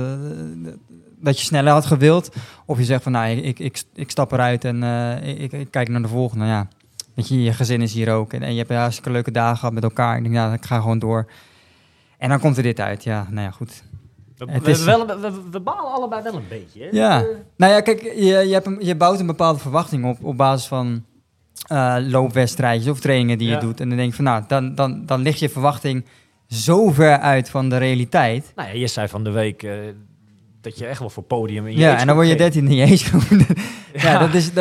dat je sneller had gewild. Of je zegt van ik stap eruit en ik kijk naar de volgende. Ja, weet je gezin is hier ook. En je hebt hartstikke leuke dagen gehad met elkaar. Ik denk, ik ga gewoon door. En dan komt er dit uit. Ja, nou ja, goed. We balen allebei wel een beetje. Hè? Ja, nou ja, kijk, je bouwt een bepaalde verwachting op basis van loopwedstrijdjes of trainingen die je doet. En dan denk je van, dan ligt je verwachting zo ver uit van de realiteit. Nou ja, je zei van de week dat je echt wel voor podium in je en dan word je 13 in je agegroep. Ja, dat is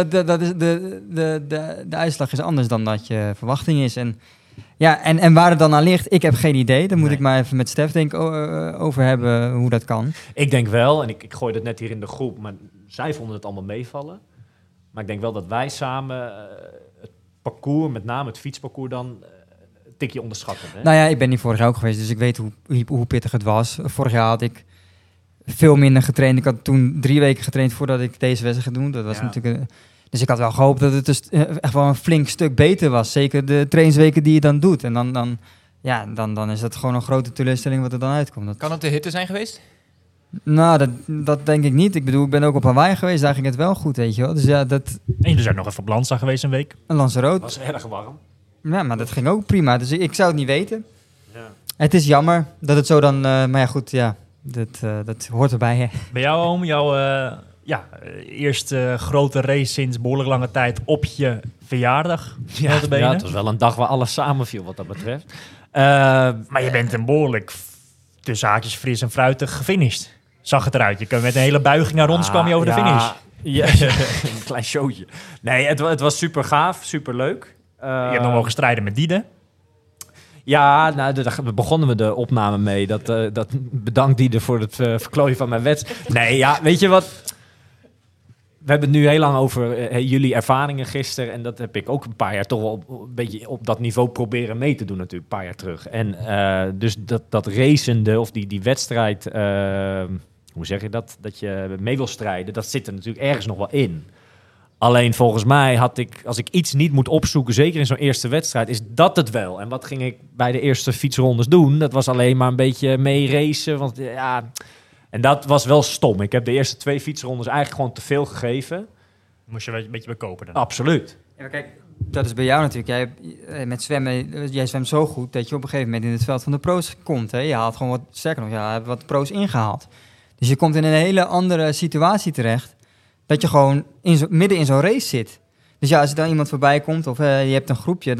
de uitslag is anders dan dat je verwachting is. En waar het dan aan ligt, ik heb geen idee. Dan moet ik maar even met Stef over hebben hoe dat kan. Ik denk wel, en ik gooi het net hier in de groep, maar zij vonden het allemaal meevallen. Maar ik denk wel dat wij samen het parcours, met name het fietsparcours, dan een tikje onderschatten. Hè? Nou ja, ik ben hier vorig jaar ook geweest, dus ik weet hoe pittig het was. Vorig jaar had ik veel minder getraind. Ik had toen 3 weken getraind voordat ik deze wedstrijd ga doen. Dat was natuurlijk... Dus ik had wel gehoopt dat het dus echt wel een flink stuk beter was. Zeker de trainingsweken die je dan doet. En dan is dat gewoon een grote teleurstelling wat er dan uitkomt. Kan het de hitte zijn geweest? Nou, dat denk ik niet. Ik bedoel, ik ben ook op Hawaii geweest, daar ging het wel goed, weet je wel. Dus ja, En jullie zijn nog even op Lanza geweest een week. een Lanzarote. Het was erg warm. Ja, maar dat ging ook prima. Dus ik zou het niet weten. Ja. Het is jammer dat het zo dan... maar ja, goed, ja. Dat hoort erbij, hè. Bij jou, Oom, jouw eerste grote race sinds behoorlijk lange tijd op je verjaardag. Ja, het was wel een dag waar alles samenviel wat dat betreft. Maar je bent een behoorlijk, tussen haakjes fris en fruitig, gefinished. Zag het eruit. Je kwam met een hele buiging naar ons, kwam je over de finish. Ja, een klein showtje. Nee, het was super gaaf, super leuk. Je hebt nog mogen strijden met Diede. Ja, nou, daar begonnen we de opname mee. Dat bedankt Diede voor het verklooien van mijn wedstrijd. Nee, ja, weet je wat... We hebben het nu heel lang over jullie ervaringen gisteren. En dat heb ik ook een paar jaar toch wel een beetje op dat niveau proberen mee te doen natuurlijk, een paar jaar terug. En dus dat racende of die wedstrijd, hoe zeg je dat? Dat je mee wil strijden, dat zit er natuurlijk ergens nog wel in. Alleen volgens mij had ik, als ik iets niet moet opzoeken, zeker in zo'n eerste wedstrijd, is dat het wel. En wat ging ik bij de eerste fietsrondes doen? Dat was alleen maar een beetje mee racen, want ja... En dat was wel stom. Ik heb de eerste 2 fietsrondes eigenlijk gewoon te veel gegeven. Moest je een beetje bekopen dan? Absoluut. Ja, maar kijk, dat is bij jou natuurlijk. Met zwemmen, jij zwemt zo goed dat je op een gegeven moment in het veld van de pro's komt. Hè? Je haalt gewoon wat, sterker nog, je hebt wat pro's ingehaald. Dus je komt in een hele andere situatie terecht. Dat je gewoon midden in zo'n race zit. Dus ja, als er dan iemand voorbij komt of je hebt een groepje,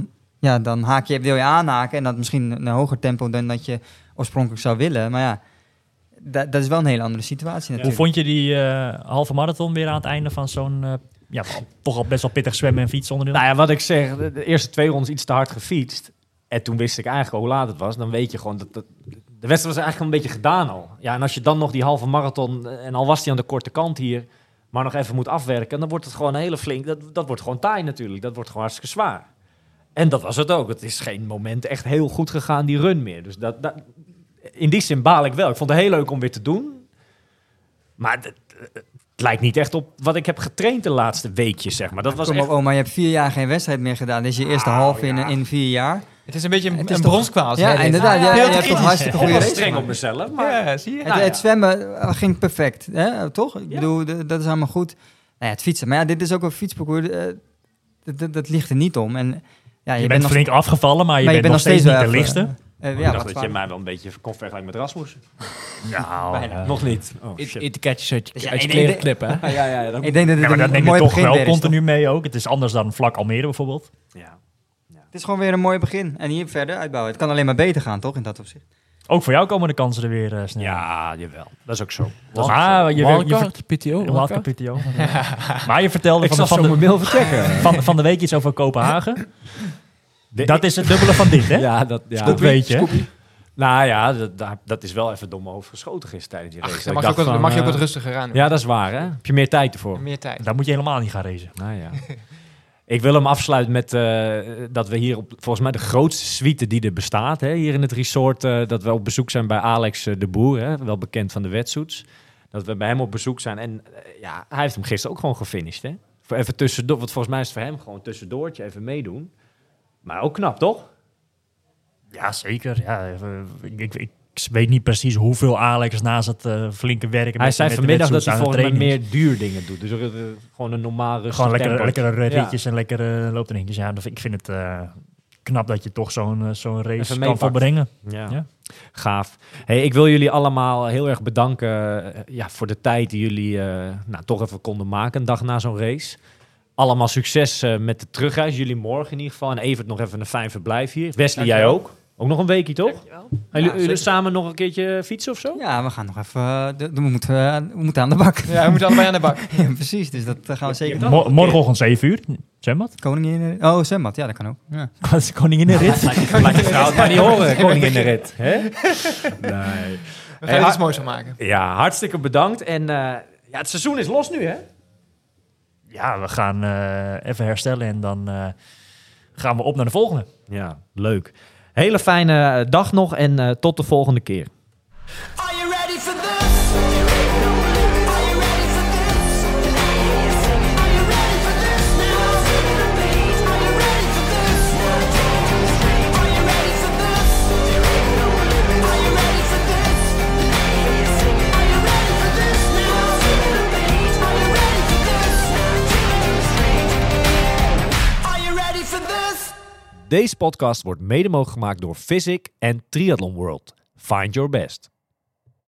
dan wil je aanhaken. En dat misschien een hoger tempo dan dat je oorspronkelijk zou willen. Maar ja, dat is wel een hele andere situatie natuurlijk. Hoe vond je die halve marathon weer aan het einde van zo'n toch al best wel pittig zwemmen en fietsonderdeel? Nou ja, wat ik zeg, de eerste 2 rondes iets te hard gefietst. En toen wist ik eigenlijk hoe laat het was. Dan weet je gewoon dat de wedstrijd was eigenlijk een beetje gedaan al. Ja, en als je dan nog die halve marathon, en al was die aan de korte kant hier, maar nog even moet afwerken, dan wordt het gewoon een hele flink. Dat wordt gewoon taai natuurlijk. Dat wordt gewoon hartstikke zwaar. En dat was het ook. Het is geen moment echt heel goed gegaan, die run meer. Dus in die zin baal ik wel. Ik vond het heel leuk om weer te doen. Maar het lijkt niet echt op wat ik heb getraind de laatste weekjes, zeg maar. Dat was echt... maar je hebt 4 jaar geen wedstrijd meer gedaan. Dit is je eerste halve in 4 jaar. Het is een beetje een bronskwaal. Ja, inderdaad. Ja, je hebt toch hartstikke goede race. Streng op mezelf. Maar Ja, zie je. Het zwemmen ging perfect, hè? Toch? Ik bedoel, dat is allemaal goed. Nou ja, het fietsen. Maar ja, dit is ook een fietsparcours. Dat ligt er niet om. En, ja, je bent flink afgevallen, maar je bent nog steeds niet de lichtste. Ik dacht dat je mij wel een beetje kon vergelijken met Rasmus. Nou, nog niet. Oh, Etiketjes uit je kleren knippen, hè? Ja, ik denk dat dit maar dat een neem je mooi toch begin wel weer is, continu toch? mee ook. Het is anders dan vlak Almere bijvoorbeeld. Ja. Het is gewoon weer een mooi begin. En hier verder uitbouwen. Het kan alleen maar beter gaan, toch? In dat opzicht. Ook voor jou komen de kansen er weer snel. Ja, jawel. Dat is ook zo. Wildcard, PTO. Wildcard PTO. Maar je vertelde Ik zal zo mijn mail verchecken. van de week iets over Kopenhagen. Dat is het dubbele van dit, hè? Ja, dat weet je. Nou ja, dat is wel even door mijn hoofd geschoten gisteren tijdens die race. Dan mag je ook wat rustiger aan doen. Ja, dat is waar, hè? Heb je meer tijd ervoor? Meer tijd. Daar moet je helemaal niet gaan racen. Nou ja. Ik wil hem afsluiten met dat we hier op volgens mij de grootste suite die er bestaat. Hè, hier in het resort. Dat we op bezoek zijn bij Alex de Boer. Hè, wel bekend van de wetsuits. Dat we bij hem op bezoek zijn. En hij heeft hem gisteren ook gewoon gefinished. Hè? Voor even tussendoor. Want volgens mij is het voor hem gewoon een tussendoortje even meedoen. Maar ook knap, toch? Ja, zeker. Ja, ik weet niet precies hoeveel Alex naast het flinke werken... Hij zei vanmiddag dat hij volgens mij meer meer duur dingen doet. Dus gewoon een normaal rustig gewoon tempo. lekkere ritjes en lekkere looptrainingsjes. Ja, ik vind het knap dat je toch zo'n race kan volbrengen. Ja. Gaaf. Hey, ik wil jullie allemaal heel erg bedanken voor de tijd die jullie toch even konden maken. Een dag na zo'n race. Allemaal succes met de terugreis. Jullie morgen in ieder geval. En Evert nog even een fijn verblijf hier. Wesley, jij ook? Ook nog een weekje, toch? Jullie samen nog een keertje fietsen of zo? Ja, we gaan nog even... we moeten aan de bak. Ja, we moeten allebei aan de bak. Ja, precies, dus dat gaan we zeker doen. Morgenochtend 7 uur. Zwembad? Zwembad, ja, dat kan ook. Ja. Koningin in de rit. Laat je vrouw het maar niet horen, koningin in de rit. Hè? Nee. We gaan er iets moois van maken. Ja, hartstikke bedankt. En het seizoen is los nu, hè? Ja, we gaan even herstellen en dan gaan we op naar de volgende. Ja, leuk. Hele fijne dag nog en tot de volgende keer. Are you ready for this? Are you ready for this? Are you ready for this now? Are you ready for this? Are you ready for this? Are you ready for this? Are you Deze podcast wordt mede mogelijk gemaakt door Physic en Triathlon World. Find your best.